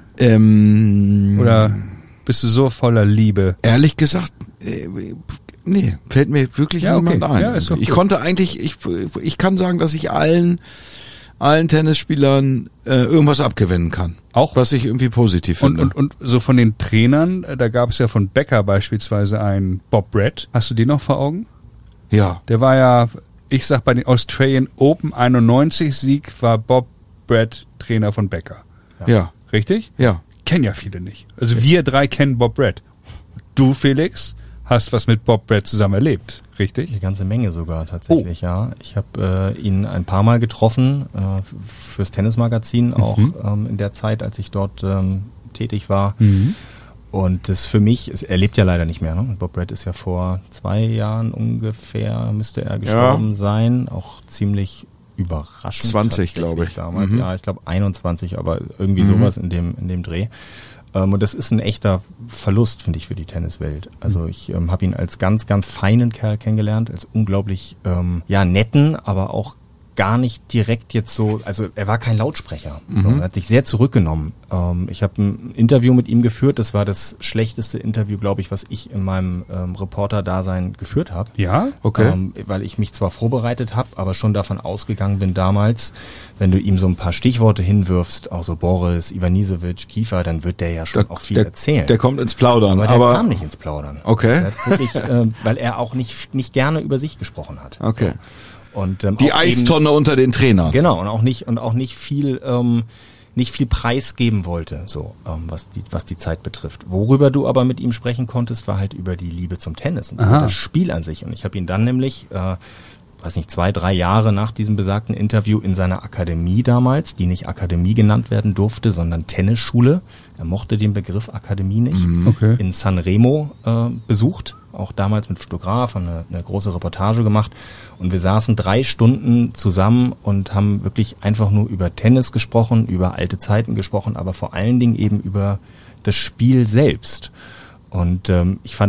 ähm, Oder bist du so voller Liebe? Ehrlich gesagt, äh, nee, fällt mir wirklich Ja, niemand okay. ein. Ja, ist doch ich gut. konnte eigentlich, ich, ich kann sagen, dass ich allen, allen Tennisspielern äh, irgendwas abgewinnen kann. Auch? Was ich irgendwie positiv Und, finde. und, und so von den Trainern, äh, da gab es ja von Becker beispielsweise einen Bob Brett. Hast du den noch vor Augen? ja, Der war ja, ich sag bei den Australian Open einundneunzig Sieg war Bob Brett Trainer von Becker. ja, Richtig? ja. Kennen ja viele nicht. Also wir drei kennen Bob Brett. Du, Felix, hast was mit Bob Brett zusammen erlebt. Richtig? Eine ganze Menge sogar tatsächlich, ja. Ich habe äh, ihn ein paar Mal getroffen, äh, f- fürs Tennismagazin, auch ähm, in der Zeit, als ich dort ähm, tätig war. Mhm. Und das für mich, ist, er lebt ja leider nicht mehr. Ne? Bob Brett ist ja vor zwei Jahren ungefähr, müsste er gestorben sein. Auch ziemlich überraschend. zwanzig, tatsächlich glaube ich. Damals, Mhm. ja, ich glaube einundzwanzig, aber irgendwie sowas in dem, in dem Dreh. Ähm, und das ist ein echter Verlust, finde ich, für die Tenniswelt. Also ich ähm, habe ihn als ganz, ganz feinen Kerl kennengelernt, als unglaublich, ähm, ja, netten, aber auch gar nicht direkt jetzt so, also er war kein Lautsprecher. So, er hat sich sehr zurückgenommen. Ähm, ich habe ein Interview mit ihm geführt, das war das schlechteste Interview, glaube ich, was ich in meinem ähm, Reporter-Dasein geführt habe. Ja? Okay. Ähm, weil ich mich zwar vorbereitet habe, aber schon davon ausgegangen bin damals, wenn du ihm so ein paar Stichworte hinwirfst, auch so Boris, Ivanisevic, Kiefer, dann wird der ja schon auch viel der, erzählen. der kommt ins Plaudern. aber Aber, der kam nicht ins Plaudern. Okay. Der hat wirklich, ähm, weil er auch nicht, nicht gerne über sich gesprochen hat. Okay. Und, ähm, Die auch eben- Eistonne unter den Trainern. Genau, und auch nicht, und auch nicht viel, ähm, nicht viel preisgeben wollte, so, ähm, was die, was die Zeit betrifft. Worüber du aber mit ihm sprechen konntest, war halt über die Liebe zum Tennis und über Aha. das Spiel an sich. Und ich habe ihn dann nämlich, äh, weiß nicht, zwei, drei Jahre nach diesem besagten Interview in seiner Akademie damals, die nicht Akademie genannt werden durfte, sondern Tennisschule. Er mochte den Begriff Akademie nicht. Okay. In Sanremo äh, besucht, auch damals mit Fotograf, haben eine, eine große Reportage gemacht und wir saßen drei Stunden zusammen und haben wirklich einfach nur über Tennis gesprochen, über alte Zeiten gesprochen, aber vor allen Dingen eben über das Spiel selbst. Und ähm, ich fand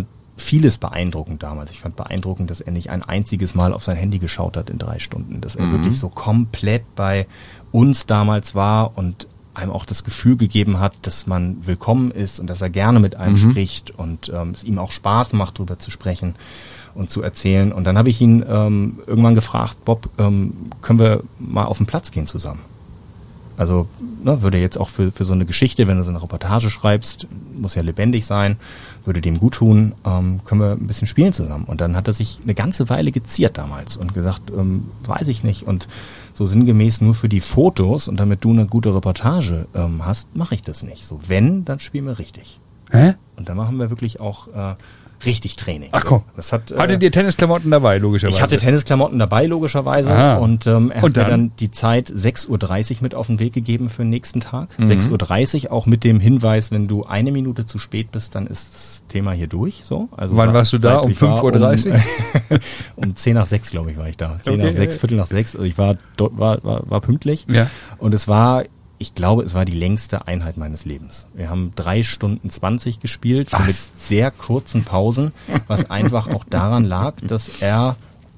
vieles beeindruckend damals. Ich fand beeindruckend, dass er nicht ein einziges Mal auf sein Handy geschaut hat in drei Stunden. Dass er mhm. wirklich so komplett bei uns damals war und einem auch das Gefühl gegeben hat, dass man willkommen ist und dass er gerne mit einem mhm. spricht und ähm, es ihm auch Spaß macht, darüber zu sprechen und zu erzählen. Und dann habe ich ihn ähm, irgendwann gefragt, Bob, ähm, können wir mal auf den Platz gehen zusammen? Also ne, würde jetzt auch für, für so eine Geschichte, wenn du so eine Reportage schreibst, muss ja lebendig sein, würde dem gut tun, ähm, können wir ein bisschen spielen zusammen. Und dann hat er sich eine ganze Weile geziert damals und gesagt, ähm, weiß ich nicht. Und so sinngemäß nur für die Fotos und damit du eine gute Reportage ähm, hast, mache ich das nicht. So wenn, dann spielen wir richtig. Hä? Und dann machen wir wirklich auch äh, richtig Training. Ach komm, das hat, äh, hattet ihr Tennisklamotten dabei, logischerweise? Ich hatte Tennisklamotten dabei, logischerweise. Aha. Und ähm, er Und hat mir dann? dann die Zeit sechs Uhr dreißig mit auf den Weg gegeben für den nächsten Tag. Mhm. sechs Uhr dreißig auch mit dem Hinweis, wenn du eine Minute zu spät bist, dann ist das Thema hier durch. So. Also Wann war- warst du da? seit- Um ich war fünf Uhr dreißig? Um, um zehn nach sechs, glaube ich, war ich da. Zehn Okay. nach sechs, Viertel nach sechs. Also ich war, dort, war, war, war pünktlich. Ja. Und es war... Ich glaube, es war die längste Einheit meines Lebens. Wir haben drei Stunden zwanzig gespielt Was? mit sehr kurzen Pausen, was einfach auch daran lag, dass er,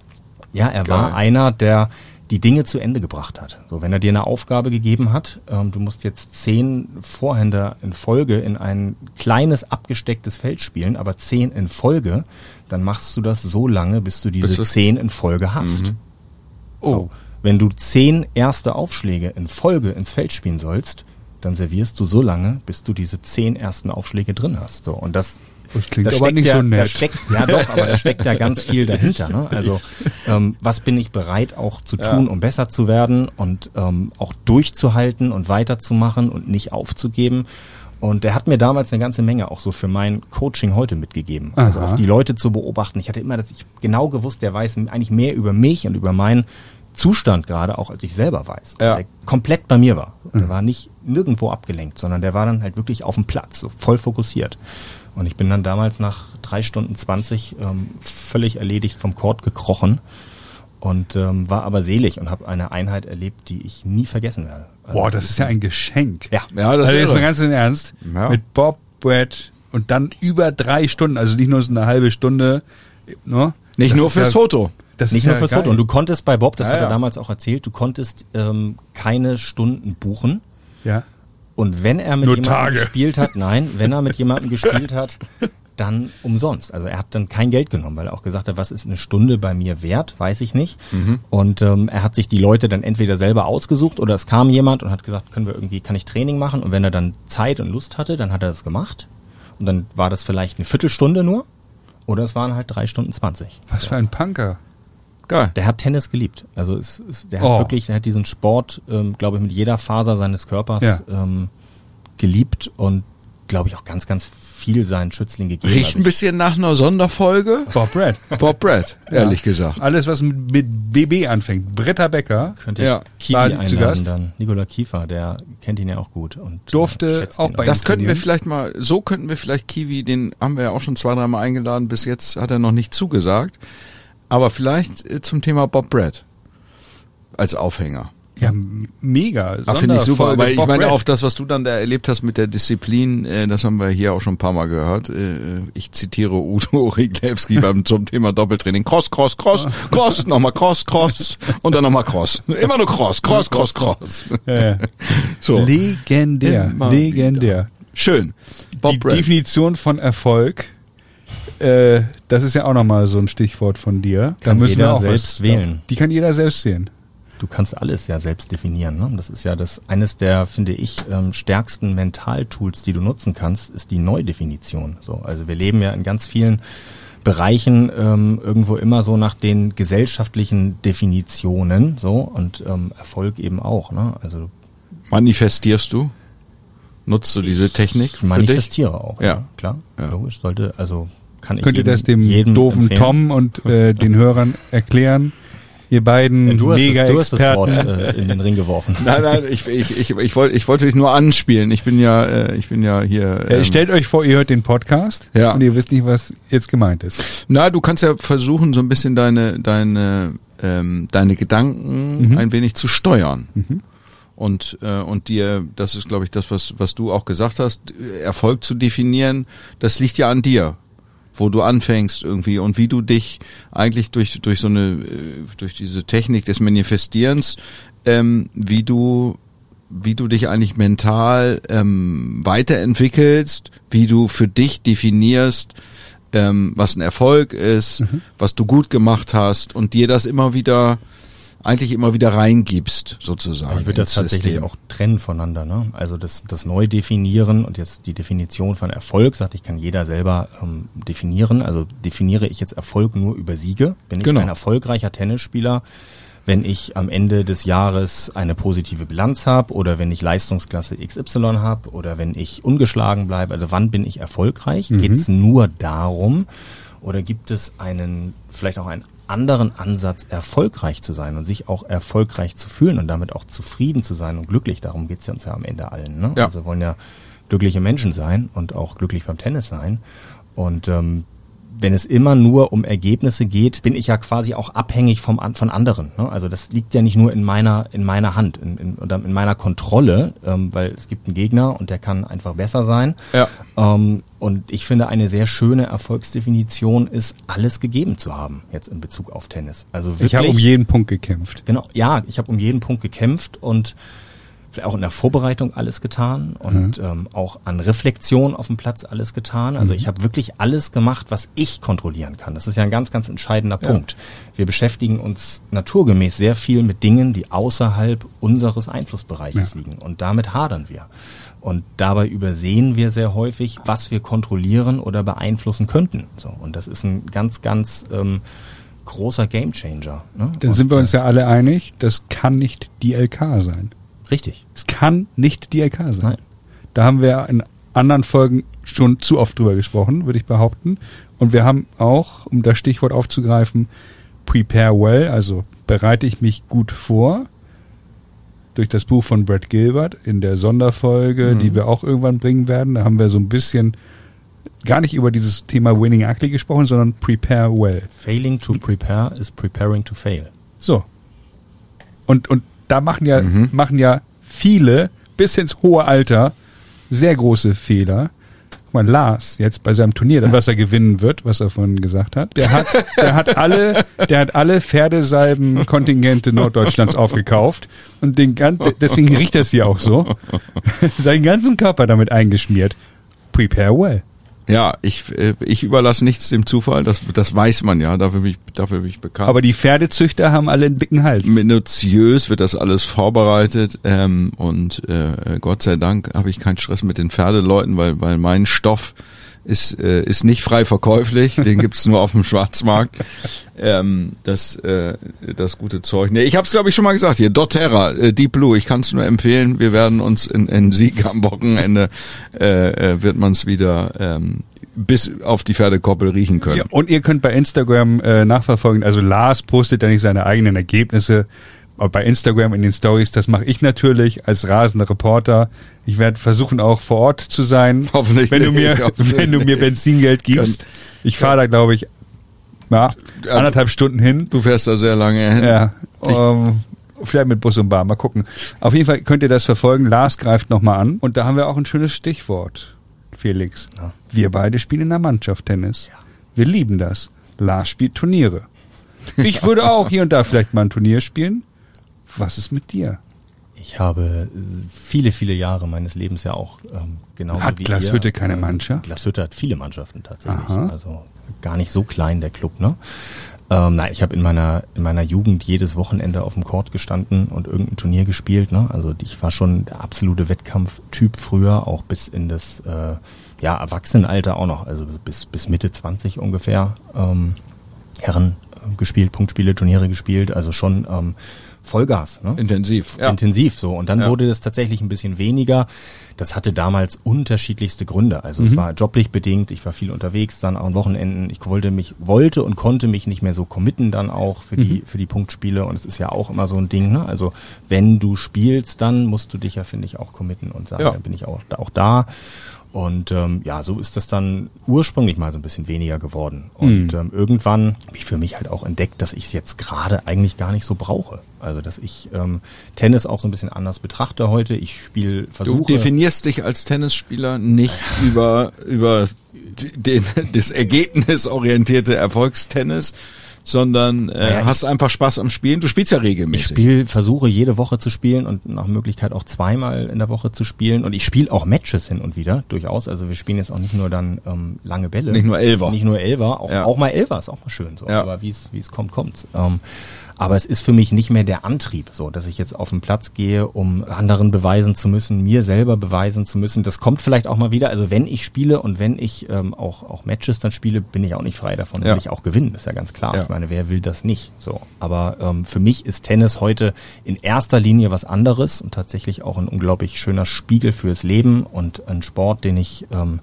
ja, er Geil. war einer, der die Dinge zu Ende gebracht hat. So, wenn er dir eine Aufgabe gegeben hat, ähm, du musst jetzt zehn Vorhänder in Folge in ein kleines abgestecktes Feld spielen, aber zehn in Folge, dann machst du das so lange, bis du diese Bis es- zehn in Folge hast. Mhm. So. Wenn du zehn erste Aufschläge in Folge ins Feld spielen sollst, dann servierst du so lange, bis du diese zehn ersten Aufschläge drin hast. So. Und das, Das klingt da aber steckt nicht ja, so Da nett. steckt, ja doch, aber da steckt ja ganz viel dahinter. Ne? Also ähm, was bin ich bereit auch zu tun, Ja. um besser zu werden und ähm, auch durchzuhalten und weiterzumachen und nicht aufzugeben. Und der hat mir damals eine ganze Menge auch so für mein Coaching heute mitgegeben. Also Aha. auch die Leute zu beobachten. Ich hatte immer, dass ich genau gewusst, der weiß eigentlich mehr über mich und über meinen Zustand gerade, auch als ich selber weiß. Ja. Der komplett bei mir war. Der war nicht nirgendwo abgelenkt, sondern der war dann halt wirklich auf dem Platz, so voll fokussiert. Und ich bin dann damals nach drei Stunden zwanzig ähm, völlig erledigt vom Court gekrochen und ähm, war aber selig und habe eine Einheit erlebt, die ich nie vergessen werde. Also Boah, das ist ja ein Geschenk. Ja, Ja, das Also jetzt ist mal ganz im Ernst. Ja. Mit Bob, Brad und dann über drei Stunden, also nicht nur so eine halbe Stunde. Ne? Nicht Das nur ist fürs ja, Foto. Das nicht ist nur ja fürs geil. Foto. Und du konntest bei Bob, das Ja, hat er ja. damals auch erzählt, du konntest ähm, keine Stunden buchen. Ja. Und wenn er mit Nur jemandem Tage. gespielt hat, nein, wenn er mit jemandem gespielt hat, dann umsonst. Also er hat dann kein Geld genommen, weil er auch gesagt hat, was ist eine Stunde bei mir wert, weiß ich nicht. Mhm. Und ähm, er hat sich die Leute dann entweder selber ausgesucht oder es kam jemand und hat gesagt, können wir irgendwie, kann ich Training machen? Und wenn er dann Zeit und Lust hatte, dann hat er das gemacht. Und dann war das vielleicht eine Viertelstunde nur oder es waren halt drei Stunden zwanzig. Was für ein Punker. Geil. Der hat Tennis geliebt. Also es, es, der hat Oh. wirklich, der hat diesen Sport, ähm, glaube ich, mit jeder Faser seines Körpers Ja. ähm, geliebt und glaube ich auch ganz, ganz viel seinen Schützling gegeben. Riecht Also ein bisschen nach einer Sonderfolge. Bob Brad. Bob Brad, ehrlich gesagt. Alles, was mit, mit B B anfängt. Britta Becker ich könnte Ja. Kiwi War zu einladen Gast. dann. Nikola Kiefer, der kennt ihn ja auch gut. Und Durfte äh, schätzt auch ihn bei Das könnten wir trainieren. vielleicht mal, so könnten wir vielleicht Kiwi, den haben wir ja auch schon zwei, dreimal eingeladen, bis jetzt hat er noch nicht zugesagt. Aber vielleicht äh, zum Thema Bob Brad als Aufhänger. Ja, m- mega. Ah, finde ich super, Sonderfolge weil ich Bob meine Brad. auf das, was du dann da erlebt hast mit der Disziplin, äh, das haben wir hier auch schon ein paar Mal gehört. Äh, ich zitiere Udo Riglewski beim zum Thema Doppeltraining. Cross, Cross, Cross, Cross, nochmal Cross, Cross und dann nochmal Cross. Immer nur Cross, Cross, Cross, Cross. Ja, ja. So, Legendär. Immer Legendär. schön. Bob Die Brad. Definition von Erfolg, äh, das ist ja auch nochmal so ein Stichwort von dir. Da Kann müssen jeder wir auch selbst was, wählen. Die kann jeder selbst wählen. Du kannst alles ja selbst definieren. Ne? Das ist ja das eines der, finde ich, ähm, stärksten Mentaltools, die du nutzen kannst, ist die Neudefinition. So, also wir leben ja in ganz vielen Bereichen ähm, irgendwo immer so nach den gesellschaftlichen Definitionen, so und ähm, Erfolg eben auch. Ne? Also Manifestierst du? Nutzt du diese Technik ich für dich? manifestiere auch. Ja. Ja, klar, Ja. logisch. Sollte also kann ich Könnt ihr jedem, das dem jedem doofen empfehlen. Tom und äh, den Hörern erklären? Ihr beiden Ja, du hast, das, du hast das Wort Mega-Experten. äh, in den Ring geworfen. Nein, nein, ich, ich, ich, ich wollte ich wollte dich nur anspielen. Ich bin ja, äh, ich bin ja hier. Äh, ähm, stellt euch vor, ihr hört den Podcast Ja. und ihr wisst nicht, was jetzt gemeint ist. Na, du kannst ja versuchen, so ein bisschen deine, deine, ähm, deine Gedanken Mhm. ein wenig zu steuern. Mhm. Und, äh, und dir, das ist, glaube ich, das, was, was du auch gesagt hast, Erfolg zu definieren, das liegt ja an dir. wo du anfängst irgendwie und wie du dich eigentlich durch durch so eine durch diese Technik des Manifestierens, ähm, wie du wie du dich eigentlich mental ähm, weiterentwickelst, wie du für dich definierst, ähm, was ein Erfolg ist, mhm. was du gut gemacht hast und dir das immer wieder eigentlich immer wieder reingibst, sozusagen. Ich würde das tatsächlich System. auch trennen voneinander, ne? Also das, das neu definieren und jetzt die Definition von Erfolg, sagt, ich kann jeder selber ähm, definieren. Also definiere ich jetzt Erfolg nur über Siege? Bin ich genau. ein erfolgreicher Tennisspieler, wenn ich am Ende des Jahres eine positive Bilanz habe oder wenn ich Leistungsklasse X Y habe oder wenn ich ungeschlagen bleibe? Also wann bin ich erfolgreich? Mhm. Geht es nur darum oder gibt es einen, vielleicht auch einen anderen Ansatz, erfolgreich zu sein und sich auch erfolgreich zu fühlen und damit auch zufrieden zu sein und glücklich. Darum geht's ja uns ja am Ende allen. Ne? Ja. Also wir wollen ja glückliche Menschen sein und auch glücklich beim Tennis sein. Und ähm, wenn es immer nur um Ergebnisse geht, bin ich ja quasi auch abhängig vom von anderen. Ne? Also das liegt ja nicht nur in meiner in meiner Hand, in, in, oder in meiner Kontrolle, ähm, weil es gibt einen Gegner und der kann einfach besser sein. Ja. Ähm, und ich finde, eine sehr schöne Erfolgsdefinition ist, alles gegeben zu haben, jetzt in Bezug auf Tennis. Also wirklich, ich habe um jeden Punkt gekämpft. Genau, ja, ich habe um jeden Punkt gekämpft und auch in der Vorbereitung alles getan und mhm. ähm, auch an Reflexion auf dem Platz alles getan. Also mhm. ich habe wirklich alles gemacht, was ich kontrollieren kann. Das ist ja ein ganz, ganz entscheidender ja. Punkt. Wir beschäftigen uns naturgemäß sehr viel mit Dingen, die außerhalb unseres Einflussbereiches ja. liegen. Und damit hadern wir. Und dabei übersehen wir sehr häufig, was wir kontrollieren oder beeinflussen könnten. So, und das ist ein ganz, ganz ähm, großer Gamechanger. Ne? Dann und, sind wir uns ja alle einig, das kann nicht die L K sein. Richtig. Es kann nicht die L K sein. Nein. Da haben wir in anderen Folgen schon zu oft drüber gesprochen, würde ich behaupten. Und wir haben auch, um das Stichwort aufzugreifen, prepare well, also bereite ich mich gut vor, durch das Buch von Brad Gilbert in der Sonderfolge, mhm. die wir auch irgendwann bringen werden. Da haben wir so ein bisschen gar nicht über dieses Thema Winning Ugly gesprochen, sondern prepare well. Failing to prepare is preparing to fail. So. Und, und da machen ja, mhm. machen ja viele bis ins hohe Alter sehr große Fehler. Guck mal, Lars, jetzt bei seinem Turnier, was er gewinnen wird, was er vorhin gesagt hat, der hat, der hat alle, der hat alle Pferdesalben-Kontingente Norddeutschlands aufgekauft und den ganzen, deswegen riecht das hier auch so, seinen ganzen Körper damit eingeschmiert. Prepare well. Ja, ich ich überlasse nichts dem Zufall, das das weiß man ja, dafür bin ich, dafür bin ich bekannt. Aber die Pferdezüchter haben alle einen dicken Hals. Minutiös wird das alles vorbereitet ähm, und äh, Gott sei Dank habe ich keinen Stress mit den Pferdeleuten, weil weil mein Stoff ist äh, ist nicht frei verkäuflich, den gibt's nur auf dem Schwarzmarkt. Ähm, das äh, das gute Zeug. Nee, ich habe es glaube ich schon mal gesagt hier, doTERRA, äh, Deep Blue, ich kann es nur empfehlen. Wir werden uns in, in Sieg am Wochenende äh, wird man es wieder ähm, bis auf die Pferdekoppel riechen können. Ja, und ihr könnt bei Instagram äh, nachverfolgen, also Lars postet ja nicht seine eigenen Ergebnisse, aber bei Instagram in den Stories, das mache ich natürlich als rasender Reporter. Ich werde versuchen auch vor Ort zu sein, hoffentlich wenn du mir nicht, wenn du mir Benzingeld gibst. Ich fahre da glaube ich ja, anderthalb Stunden hin. Du fährst da sehr lange hin. Ja, um, vielleicht mit Bus und Bahn, mal gucken. Auf jeden Fall könnt ihr das verfolgen. Lars greift nochmal an. Und da haben wir auch ein schönes Stichwort, Felix. Ja. Wir beide spielen in der Mannschaft Tennis. Ja. Wir lieben das. Lars spielt Turniere. Ich würde auch hier und da vielleicht mal ein Turnier spielen. Was ist mit dir? Ich habe viele, viele Jahre meines Lebens ja auch ähm, genauso hat wie Glashütte ihr, keine ähm, Mannschaft? Glashütte hat viele Mannschaften tatsächlich. Aha. Also gar nicht so klein der Club, ne? Ähm, nein, ich habe in meiner in meiner Jugend jedes Wochenende auf dem Court gestanden und irgendein Turnier gespielt, ne? Also ich war schon der absolute Wettkampftyp früher, auch bis in das äh, ja Erwachsenenalter auch noch, also bis bis Mitte zwanzig ungefähr. Ähm, Herren äh, gespielt, Punktspiele, Turniere gespielt, also schon ähm, Vollgas, ne? Intensiv. Ja. Intensiv, so. Und dann ja. wurde das tatsächlich ein bisschen weniger. Das hatte damals unterschiedlichste Gründe. Also mhm. es war joblich bedingt. Ich war viel unterwegs, dann auch an Wochenenden. Ich wollte mich, wollte und konnte mich nicht mehr so committen dann auch für die, mhm. für die Punktspiele. Und es ist ja auch immer so ein Ding, ne? Also wenn du spielst, dann musst du dich ja, finde ich, auch committen und sagen, ja. dann bin ich auch, auch da. Und ähm, ja, so ist das dann ursprünglich mal so ein bisschen weniger geworden. Und Mhm. ähm, irgendwann habe ich für mich halt auch entdeckt, dass ich es jetzt gerade eigentlich gar nicht so brauche. Also dass ich ähm, Tennis auch so ein bisschen anders betrachte heute. Ich spiele, Du versuche... definierst dich als Tennisspieler nicht über, über den, das ergebnisorientierte Erfolgstennis, sondern äh, Naja, ich- hast einfach Spaß am Spielen. Du spielst ja Ich regelmäßig. spiele, versuche jede Woche zu spielen und nach Möglichkeit auch zweimal in der Woche zu spielen. Und ich spiele auch Matches hin und wieder, durchaus. Also wir spielen jetzt auch nicht nur dann ähm, lange Bälle. Nicht nur Elfer. Nicht nur Elfer, auch, Ja. auch mal Elfer ist auch mal schön. So. Ja. Aber wie es wie es kommt, kommt's. Ähm, aber es ist für mich nicht mehr der Antrieb, so dass ich jetzt auf den Platz gehe, um anderen beweisen zu müssen, mir selber beweisen zu müssen. Das kommt vielleicht auch mal wieder. Also wenn ich spiele und wenn ich ähm, auch, auch Matches dann spiele, bin ich auch nicht frei davon, Ja. will ich auch gewinnen. Das ist ja ganz klar. Ja. Ich meine, wer will das nicht? So, aber ähm, für mich ist Tennis heute in erster Linie was anderes und tatsächlich auch ein unglaublich schöner Spiegel fürs Leben und ein Sport, den ich, ähm,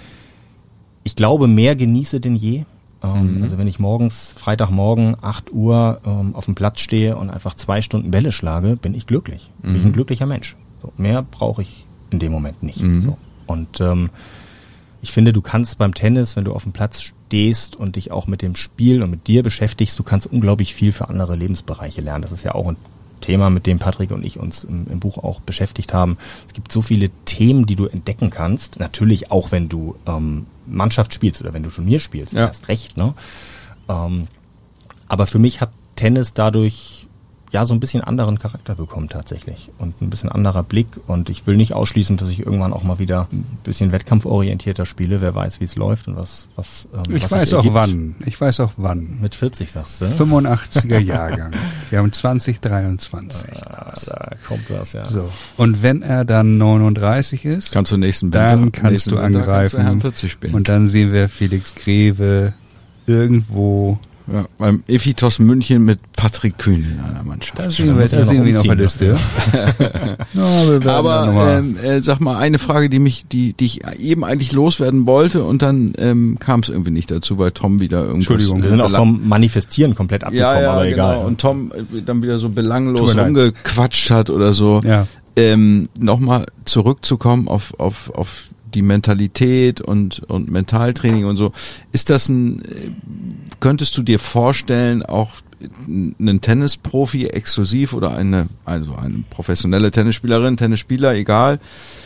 ich glaube, mehr genieße denn je. Ähm, Mhm. Also wenn ich morgens, Freitagmorgen, acht Uhr ähm, auf dem Platz stehe und einfach zwei Stunden Bälle schlage, bin ich glücklich. Bin ich ein glücklicher Mensch. So, mehr brauche ich in dem Moment nicht. Mhm. So. Und ähm, ich finde, du kannst beim Tennis, wenn du auf dem Platz stehst und dich auch mit dem Spiel und mit dir beschäftigst, du kannst unglaublich viel für andere Lebensbereiche lernen. Das ist ja auch ein Thema, mit dem Patrick und ich uns im, im Buch auch beschäftigt haben. Es gibt so viele Themen, die du entdecken kannst. Natürlich auch, wenn du ähm, Mannschaft spielst oder wenn du Turnier spielst, Ja. erst recht. Ne? Ähm, aber für mich hat Tennis dadurch ja so ein bisschen anderen Charakter bekommen tatsächlich und ein bisschen anderer Blick, und ich will nicht ausschließen, dass ich irgendwann auch mal wieder ein bisschen wettkampforientierter spiele. Wer weiß, wie es läuft und was was ähm, Ich was weiß sich auch ergibt. wann. Ich weiß auch wann. Mit vierzig sagst du? fünfundachtziger Jahrgang. Wir haben zwanzig dreiundzwanzig. Ah, da kommt was, ja. So. Und wenn er dann neununddreißig ist, Kannst du nächsten Winter, dann kannst nächsten du Winter kannst du angreifen. Herrn vierzig spielen. Und dann sehen wir Felix Greve irgendwo. Ja, beim Ephitos München mit Patrick Kühn in einer Mannschaft. Da sehen wir, muss ich da noch sehen wir ihn auf der umziehen. Liste. Ja, wir werden dann noch Aber mal- ähm, äh, sag mal, eine Frage, die mich, die, die ich eben eigentlich loswerden wollte, und dann ähm, kam es irgendwie nicht dazu, weil Tom wieder irgendwas... Entschuldigung, Wir sind auch vom Manifestieren komplett abgekommen, ja, ja, aber genau. egal. Und Tom äh, dann wieder so belanglos Tut mir leid. rumgequatscht hat oder so. Ja. Ähm, nochmal zurückzukommen auf, auf, auf die Mentalität und, und Mentaltraining und so. Ist das ein, äh, könntest du dir vorstellen, auch einen Tennisprofi exklusiv oder eine, also eine professionelle Tennisspielerin, Tennisspieler, egal,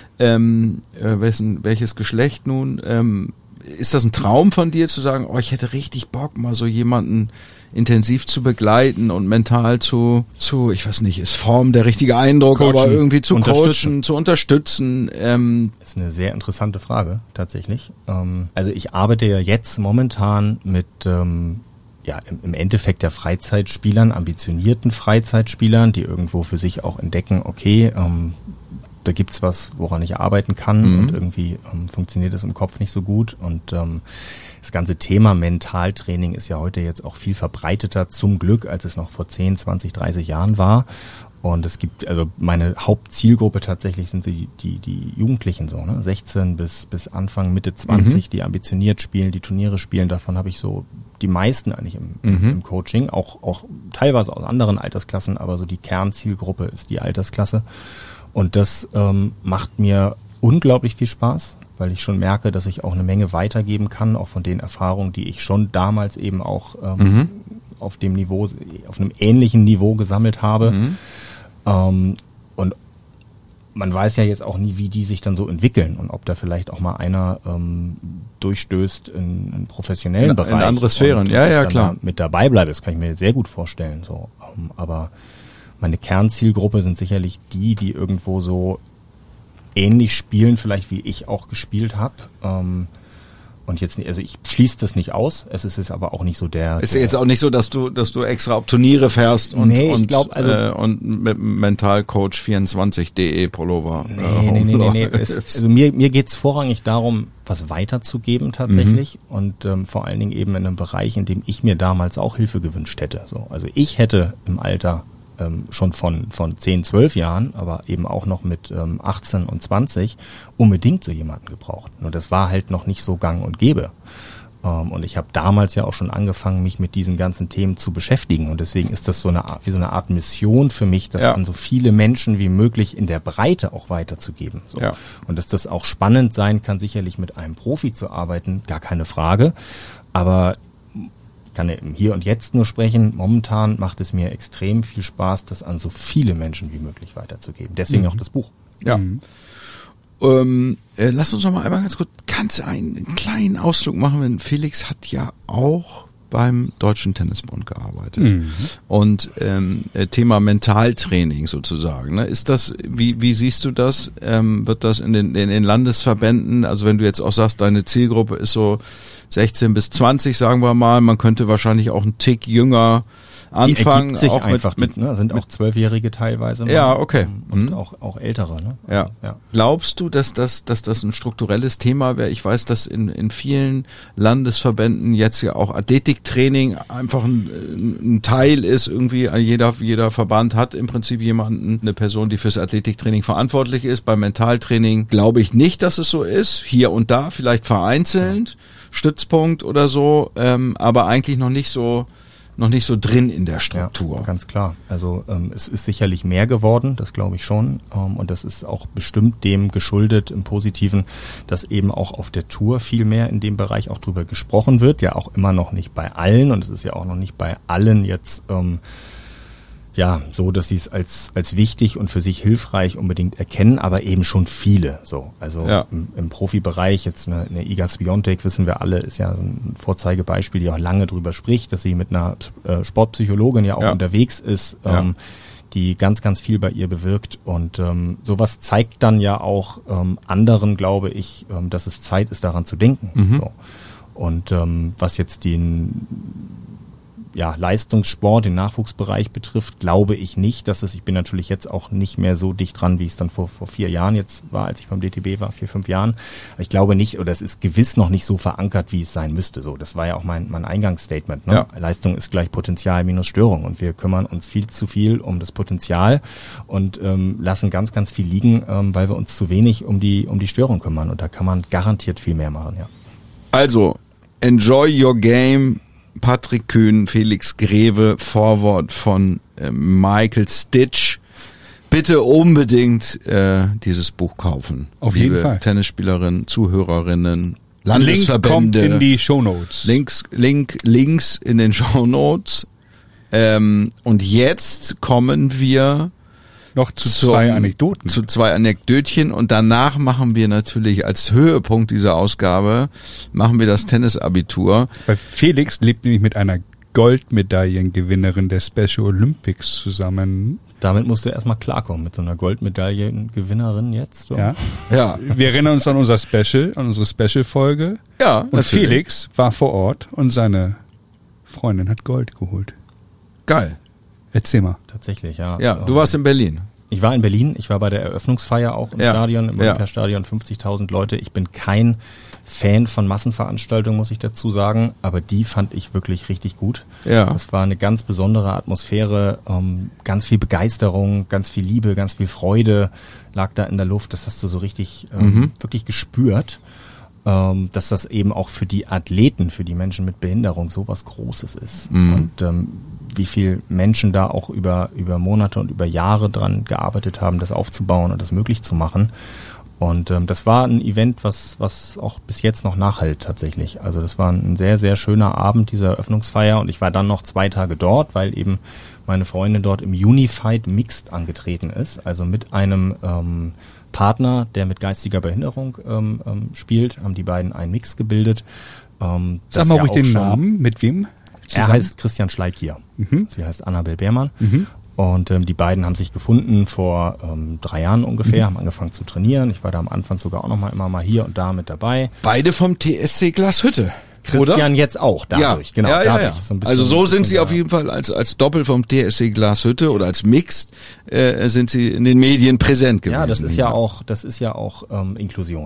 ähm, äh, wessen, welches Geschlecht nun, ähm, ist das ein Traum von dir zu sagen, oh, ich hätte richtig Bock, mal so jemanden intensiv zu begleiten und mental zu, zu, ich weiß nicht, ist Form der richtige Eindruck, Coachen, aber irgendwie zu unterstützen. coachen, zu unterstützen. Ähm, Das ist eine sehr interessante Frage, tatsächlich. Ähm, also ich arbeite ja jetzt momentan mit, ähm, ja, im, im Endeffekt der Freizeitspielern, ambitionierten Freizeitspielern, die irgendwo für sich auch entdecken, okay, ähm, da gibt's was, woran ich arbeiten kann, Mhm. und irgendwie ähm, funktioniert das im Kopf nicht so gut. Und ähm, das ganze Thema Mentaltraining ist ja heute jetzt auch viel verbreiteter, zum Glück, als es noch vor zehn, zwanzig, dreißig Jahren war. Und es gibt, also meine Hauptzielgruppe tatsächlich sind die, die, die Jugendlichen so, ne? sechzehn bis, bis Anfang, Mitte zwanzig, die ambitioniert spielen, die Turniere spielen. Davon habe ich so die meisten eigentlich im, Mhm. im Coaching, auch, auch teilweise aus anderen Altersklassen, aber so die Kernzielgruppe ist die Altersklasse. Und das ähm, macht mir unglaublich viel Spaß, weil ich schon merke, dass ich auch eine Menge weitergeben kann, auch von den Erfahrungen, die ich schon damals eben auch ähm, Mhm. auf dem Niveau, auf einem ähnlichen Niveau gesammelt habe. Mhm. Ähm, und man weiß ja jetzt auch nie, wie die sich dann so entwickeln und ob da vielleicht auch mal einer ähm, durchstößt in einen professionellen In- in Bereich. andere Sphären. und Ja, ich ja, dann klar. da mit dabei bleibe. Das kann ich mir sehr gut vorstellen. So. Ähm, aber meine Kernzielgruppe sind sicherlich die, die irgendwo so ähnlich spielen, vielleicht wie ich auch gespielt habe. Ähm, und jetzt, nicht- also ich schließe das nicht aus. Es ist jetzt aber auch nicht so der. ist der jetzt auch nicht so, dass du, dass du extra auf Turniere fährst und, Nee, ich und, glaub, also- äh, und mit dem mentalcoach vierundzwanzig punkt de Pullover. Nee, äh, nee, nee, nee, nee. rumläufst. Es, also mir, mir geht's vorrangig darum, was weiterzugeben tatsächlich, Mhm. und ähm, vor allen Dingen eben in einem Bereich, in dem ich mir damals auch Hilfe gewünscht hätte. So, also ich hätte im Alter ähm, schon von, von zehn, zwölf Jahren, aber eben auch noch mit ähm, achtzehn und zwanzig unbedingt so jemanden gebraucht. Nur das war halt noch nicht so gang und gäbe. Ähm, und ich habe damals ja auch schon angefangen, mich mit diesen ganzen Themen zu beschäftigen. Und deswegen ist das so eine Art, wie so eine Art Mission für mich, das ja. an so viele Menschen wie möglich in der Breite auch weiterzugeben. So. Ja. Und dass das auch spannend sein kann, sicherlich mit einem Profi zu arbeiten, gar keine Frage. Aber ich kann ja im Hier und Jetzt nur sprechen. Momentan macht es mir extrem viel Spaß, das an so viele Menschen wie möglich weiterzugeben. Deswegen mhm. auch das Buch. Ja. Mhm. Ähm, äh, lass uns noch mal einmal ganz kurz, kannst du einen, einen kleinen Ausflug machen, wenn Felix hat ja auch beim Deutschen Tennisbund gearbeitet. Mhm. Und ähm, Thema Mentaltraining sozusagen. Ne? Ist das, wie, wie siehst du das? Ähm, wird das in den, in den Landesverbänden, also wenn du jetzt auch sagst, deine Zielgruppe ist so sechzehn bis zwanzig, sagen wir mal, man könnte wahrscheinlich auch einen Tick jünger anfangen. Die sich auch einfach, mit, mit, ne, sind auch Zwölfjährige teilweise. Mal, ja, okay. Und mhm. auch, auch Ältere. Ne? Ja. ja. Glaubst du, dass das, dass das ein strukturelles Thema wäre? Ich weiß, dass in, in vielen Landesverbänden jetzt ja auch Athletiktraining einfach ein, ein Teil ist. Irgendwie jeder, jeder Verband hat im Prinzip jemanden, eine Person, die fürs Athletiktraining verantwortlich ist. Beim Mentaltraining glaube ich nicht, dass es so ist. Hier und da vielleicht vereinzelt, ja. Stützpunkt oder so, ähm, aber eigentlich noch nicht so noch nicht so drin in der Struktur. Ja, ganz klar. Also ähm, es ist sicherlich mehr geworden, das glaube ich schon. Ähm, und das ist auch bestimmt dem geschuldet im Positiven, dass eben auch auf der Tour viel mehr in dem Bereich auch drüber gesprochen wird. Ja, auch immer noch nicht bei allen und es ist ja auch noch nicht bei allen jetzt ähm, ja so, dass sie es als als wichtig und für sich hilfreich unbedingt erkennen, aber eben schon viele. So, also ja. im, im Profibereich jetzt eine, eine Iga Swiatek, wissen wir alle, ist ja ein Vorzeigebeispiel, die auch lange drüber spricht, dass sie mit einer äh, Sportpsychologin ja auch ja. unterwegs ist, ja. ähm, die ganz, ganz viel bei ihr bewirkt und ähm, sowas zeigt dann ja auch ähm, anderen, glaube ich, ähm, dass es Zeit ist, daran zu denken. Mhm. So. Und ähm, was jetzt den ja, Leistungssport, den Nachwuchsbereich betrifft, glaube ich nicht, dass es, ich bin natürlich jetzt auch nicht mehr so dicht dran, wie es dann vor, vor vier Jahren jetzt war, als ich beim D T B war, vier, fünf Jahren. Ich glaube nicht, oder es ist gewiss noch nicht so verankert, wie es sein müsste. So, das war ja auch mein, mein Eingangsstatement. Ne? Ja. Leistung ist gleich Potenzial minus Störung und wir kümmern uns viel zu viel um das Potenzial und ähm, lassen ganz, ganz viel liegen, ähm, weil wir uns zu wenig um die, um die Störung kümmern und da kann man garantiert viel mehr machen, ja. Also, enjoy your game. Patrick Kühn, Felix Greve, Vorwort von äh, Michael Stitch. Bitte unbedingt äh, dieses Buch kaufen. Auf Liebe jeden Fall. Tennisspielerinnen, Zuhörerinnen, Link Landesverbände. kommt in die Shownotes. Links, Link, Links in den Shownotes. Ähm, und jetzt kommen wir noch zu zum, zwei Anekdoten. Zu zwei Anekdötchen und danach machen wir natürlich als Höhepunkt dieser Ausgabe, machen wir das Tennisabitur. Weil Felix lebt nämlich mit einer Goldmedaillengewinnerin der Special Olympics zusammen. Damit musst du erstmal klarkommen, mit so einer Goldmedaillengewinnerin jetzt. So. Ja. Ja. Wir erinnern uns an unser Special, an unsere Special-Folge. Ja, und natürlich. Felix war vor Ort und seine Freundin hat Gold geholt. Geil. Erzähl mal. Tatsächlich, ja. Ja, du warst in Berlin. Ich war in Berlin, ich war bei der Eröffnungsfeier auch im ja. Stadion, im ja. Olympiastadion, fünfzigtausend Leute. Ich bin kein Fan von Massenveranstaltungen, muss ich dazu sagen, aber die fand ich wirklich richtig gut. Ja. Das war eine ganz besondere Atmosphäre, ähm, ganz viel Begeisterung, ganz viel Liebe, ganz viel Freude lag da in der Luft. Das hast du so richtig, ähm, Mhm. wirklich gespürt, ähm, dass das eben auch für die Athleten, für die Menschen mit Behinderung so was Großes ist. Mhm. Und ähm, wie viel Menschen da auch über, über Monate und über Jahre dran gearbeitet haben, das aufzubauen und das möglich zu machen. Und ähm, das war ein Event, was, was auch bis jetzt noch nachhält tatsächlich. Also das war ein sehr, sehr schöner Abend, dieser Eröffnungsfeier. Und ich war dann noch zwei Tage dort, weil eben meine Freundin dort im Unified Mixed angetreten ist. Also mit einem ähm, Partner, der mit geistiger Behinderung ähm, ähm, spielt, haben die beiden einen Mix gebildet. Ähm, Sag mal ruhig den Namen, mit wem? Er heißt Christian Schleikier. Mhm. Sie heißt Annabel Beermann. Mhm. Und ähm, die beiden haben sich gefunden vor ähm, drei Jahren ungefähr, mhm. haben angefangen zu trainieren. Ich war da am Anfang sogar auch noch mal immer mal hier und da mit dabei. Beide vom T S C Glashütte. Christian oder? Jetzt auch dadurch, ja. genau. Ja, ja, ja. So ein bisschen, also so sind bisschen, sie auf jeden Fall als als Doppel vom T S C Glashütte oder als Mixed äh, sind sie in den Medien präsent gewesen. Ja, das ist ja auch, das ist ja auch ähm, Inklusion dann.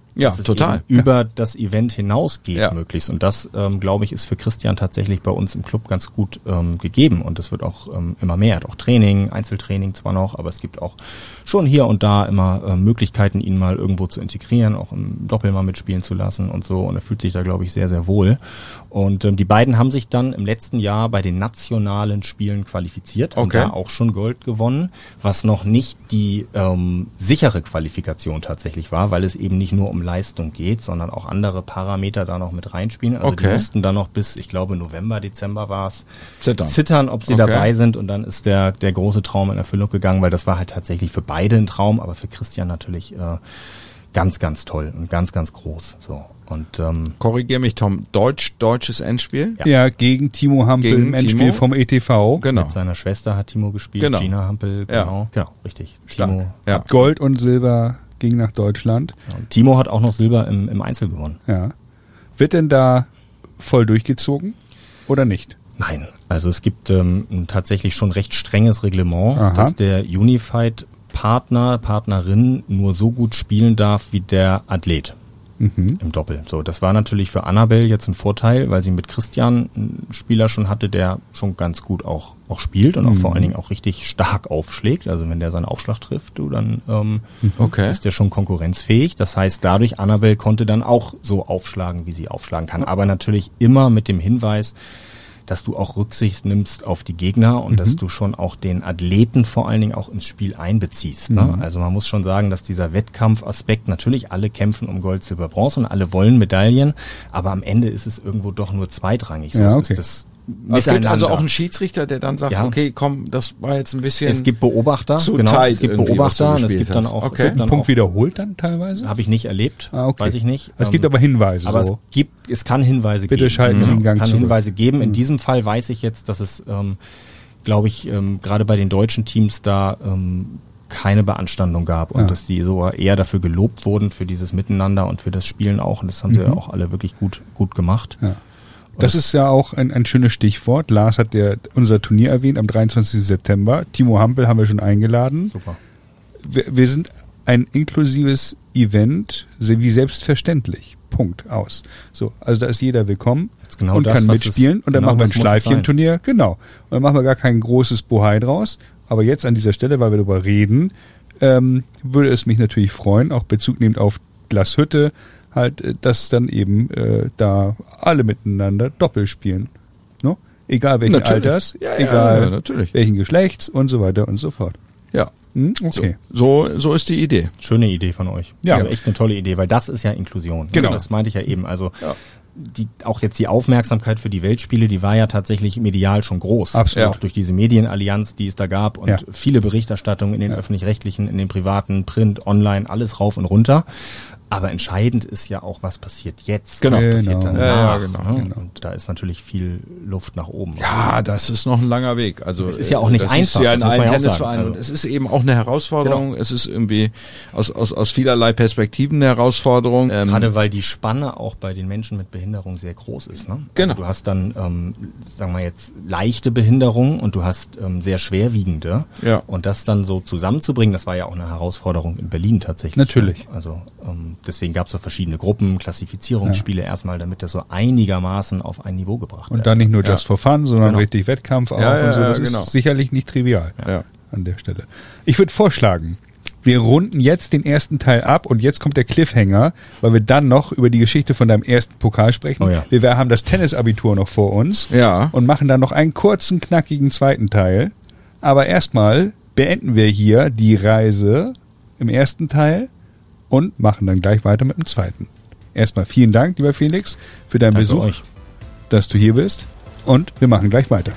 Ja, dass es total. eben über das Event hinausgeht Ja. möglichst. Und das, ähm, glaube ich, ist für Christian tatsächlich bei uns im Club ganz gut ähm, gegeben. Und das wird auch ähm, immer mehr. Er hat auch Training, Einzeltraining zwar noch, aber es gibt auch schon hier und da immer äh, Möglichkeiten, ihn mal irgendwo zu integrieren, auch im Doppel mal mitspielen zu lassen und so. Und er fühlt sich da, glaube ich, sehr, sehr wohl. Und ähm, die beiden haben sich dann im letzten Jahr bei den nationalen Spielen qualifiziert und Okay. da auch schon Gold gewonnen, was noch nicht die ähm, sichere Qualifikation tatsächlich war, weil es eben nicht nur um Leistung geht, sondern auch andere Parameter da noch mit reinspielen. Also Okay. die mussten dann noch bis, ich glaube, November, Dezember war es, Zittern. zittern, ob sie Okay. dabei sind. Und dann ist der, der große Traum in Erfüllung gegangen, weil das war halt tatsächlich für beide ein Traum, aber für Christian natürlich äh, ganz, ganz toll und ganz, ganz groß. So. Und ähm, Korrigier mich, Tom. Deutsch, deutsches Endspiel? Ja. Ja, gegen Timo Hampel Gegen im Endspiel Timo? vom E T V. Genau. mit seiner Schwester hat Timo gespielt, Genau. Gina Hampel, Ja. genau. Genau, richtig. Stark. Timo, Ja. Gold und Silber ging nach Deutschland. und Timo hat auch noch Silber im, im Einzel gewonnen. Ja. Wird denn da voll durchgezogen oder nicht? Nein, also es gibt ähm, ein tatsächlich schon recht strenges Reglement, Aha. dass der Unified Partner, Partnerin nur so gut spielen darf wie der Athlet Mhm. im Doppel. So, das war natürlich für Annabelle jetzt ein Vorteil, weil sie mit Christian einen Spieler schon hatte, der schon ganz gut auch, auch spielt und auch Mhm. vor allen Dingen auch richtig stark aufschlägt. Also wenn der seinen Aufschlag trifft, du, dann ähm, Okay. ist der schon konkurrenzfähig. Das heißt, dadurch, Annabelle konnte dann auch so aufschlagen, wie sie aufschlagen kann. Aber natürlich immer mit dem Hinweis, dass du auch Rücksicht nimmst auf die Gegner und dass du schon auch den Athleten vor allen Dingen auch ins Spiel einbeziehst. Ne? Mhm. Also man muss schon sagen, dass dieser Wettkampfaspekt, natürlich alle kämpfen um Gold, Silber, Bronze und alle wollen Medaillen, aber am Ende ist es irgendwo doch nur zweitrangig. So Ja, es okay. ist das Es gibt Miteinander. also auch einen Schiedsrichter, der dann sagt, Ja. okay, komm, das war jetzt ein bisschen... Es gibt Beobachter, zu genau. tight Es gibt irgendwie, was du Beobachter und es gespielt gibt dann hast. auch, Okay. es gibt dann Punkt auch, wiederholt dann teilweise? habe ich nicht erlebt, Ah, okay. weiß ich nicht. Es gibt Ähm, aber Hinweise. Aber so. es gibt, es kann Hinweise Bitte geben. schalten Sie Mhm. den Gang Es kann zurück. Hinweise geben. In Mhm. diesem Fall weiß ich jetzt, dass es, ähm, glaube ich, ähm, gerade bei den deutschen Teams da ähm, keine Beanstandung gab und Ja. dass die sogar eher dafür gelobt wurden für dieses Miteinander und für das Spielen auch. Und das haben sie Mhm. auch alle wirklich gut, gut gemacht. Ja. Das ist ja auch ein, ein schönes Stichwort. Lars hat ja unser Turnier erwähnt am dreiundzwanzigsten September. Timo Hampel haben wir schon eingeladen. Super. Wir, wir sind ein inklusives Event, se- wie selbstverständlich. Punkt. Aus. So, also da ist jeder willkommen ist genau und das, kann was mitspielen. es- und dann genau machen wir ein das muss es sein. Schleifchen-Turnier. Genau. Und dann machen wir gar kein großes Bohai draus. Aber jetzt an dieser Stelle, weil wir darüber reden, ähm, würde es mich natürlich freuen, auch Bezug nehmend auf Glashütte, halt, äh, dass dann eben äh, da alle miteinander Doppel spielen. No? Egal welchen Natürlich. Alters, Ja, ja, egal ja, natürlich. welchen Geschlechts und so weiter und so fort. Ja, Hm? Okay. so, so, so ist die Idee. Schöne Idee von euch. Ja. Also echt eine tolle Idee, weil das ist ja Inklusion. Genau. Das meinte ich ja eben. Also Ja. die, auch jetzt die Aufmerksamkeit für die Weltspiele, die war ja tatsächlich medial schon groß. Absolut. Auch durch diese Medienallianz, die es da gab und Ja. viele Berichterstattungen in den Ja. öffentlich-rechtlichen, in den privaten, Print, Online, alles rauf und runter. Aber entscheidend ist ja auch, was passiert jetzt, Genau. was passiert Genau. danach. Ja, ja, genau, ne? genau. Und da ist natürlich viel Luft nach oben. Ja, das ist noch ein langer Weg. Also Es ist ja auch nicht das einfach, Ist ja das in muss man allen ja auch Tennisvereinen. sagen. Und Also- es ist eben auch eine Herausforderung. Es ist irgendwie aus, aus, aus vielerlei Perspektiven eine Herausforderung. Ähm, Gerade weil die Spanne auch bei den Menschen mit Behinderung sehr groß ist. Ne? Genau. Also du hast dann, ähm, sagen wir jetzt, leichte Behinderung und du hast ähm, sehr schwerwiegende. Ja. Und das dann so zusammenzubringen, das war ja auch eine Herausforderung in Berlin tatsächlich. Natürlich. Also ähm, deswegen gab es so verschiedene Gruppen, Klassifizierungsspiele erstmal, damit das so einigermaßen auf ein Niveau gebracht Und wird. dann nicht nur just for fun, sondern Genau. richtig Wettkampf auch Ja, ja, und so. Das ja, ist genau. sicherlich nicht trivial Ja. an der Stelle. Ich würde vorschlagen, wir runden jetzt den ersten Teil ab und jetzt kommt der Cliffhanger, weil wir dann noch über die Geschichte von deinem ersten Pokal sprechen. Oh ja. Wir haben das Tennisabitur noch vor uns Ja. und machen dann noch einen kurzen, knackigen zweiten Teil. Aber erstmal beenden wir hier die Reise im ersten Teil und machen dann gleich weiter mit dem zweiten. Erstmal vielen Dank, lieber Felix, für deinen Danke Besuch, euch. dass du hier bist und wir machen gleich weiter.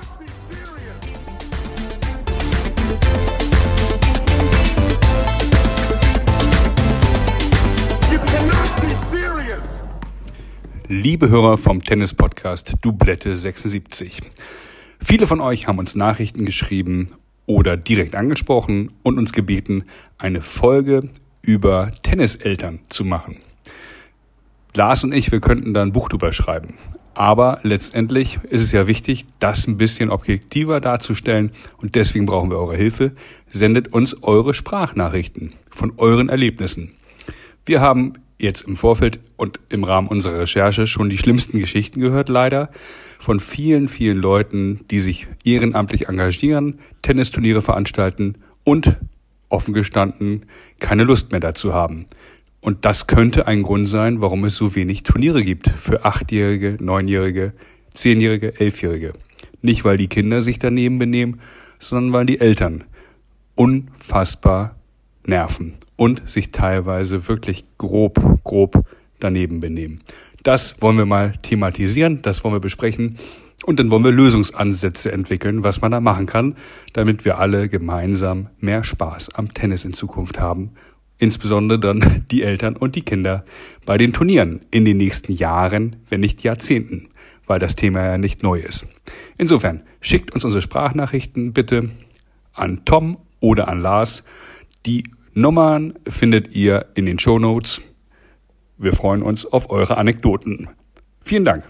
You cannot be serious. Liebe Hörer vom Tennis-Podcast Doublette sechsundsiebzig. Viele von euch haben uns Nachrichten geschrieben oder direkt angesprochen und uns gebeten, eine Folge über Tenniseltern zu machen. Lars und ich, wir könnten da ein Buch drüber schreiben. Aber letztendlich ist es ja wichtig, das ein bisschen objektiver darzustellen und deswegen brauchen wir eure Hilfe. Sendet uns eure Sprachnachrichten von euren Erlebnissen. Wir haben jetzt im Vorfeld und im Rahmen unserer Recherche schon die schlimmsten Geschichten gehört, leider, von vielen, vielen Leuten, die sich ehrenamtlich engagieren, Tennisturniere veranstalten und, offen gestanden, keine Lust mehr dazu haben. Und das könnte ein Grund sein, warum es so wenig Turniere gibt für Achtjährige, Neunjährige, Zehnjährige, Elfjährige. Nicht, weil die Kinder sich daneben benehmen, sondern weil die Eltern unfassbar nerven und sich teilweise wirklich grob, grob daneben benehmen. Das wollen wir mal thematisieren, das wollen wir besprechen und dann wollen wir Lösungsansätze entwickeln, was man da machen kann, damit wir alle gemeinsam mehr Spaß am Tennis in Zukunft haben. Insbesondere dann die Eltern und die Kinder bei den Turnieren in den nächsten Jahren, wenn nicht Jahrzehnten, weil das Thema ja nicht neu ist. Insofern, schickt uns unsere Sprachnachrichten bitte an Tom oder an Lars. Die Nummern findet ihr in den Shownotes. Wir freuen uns auf eure Anekdoten. Vielen Dank.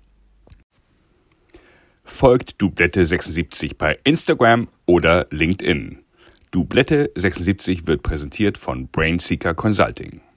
Folgt Dublette sechsundsiebzig bei Instagram oder LinkedIn. Dublette sechsundsiebzig wird präsentiert von Brainseeker Consulting.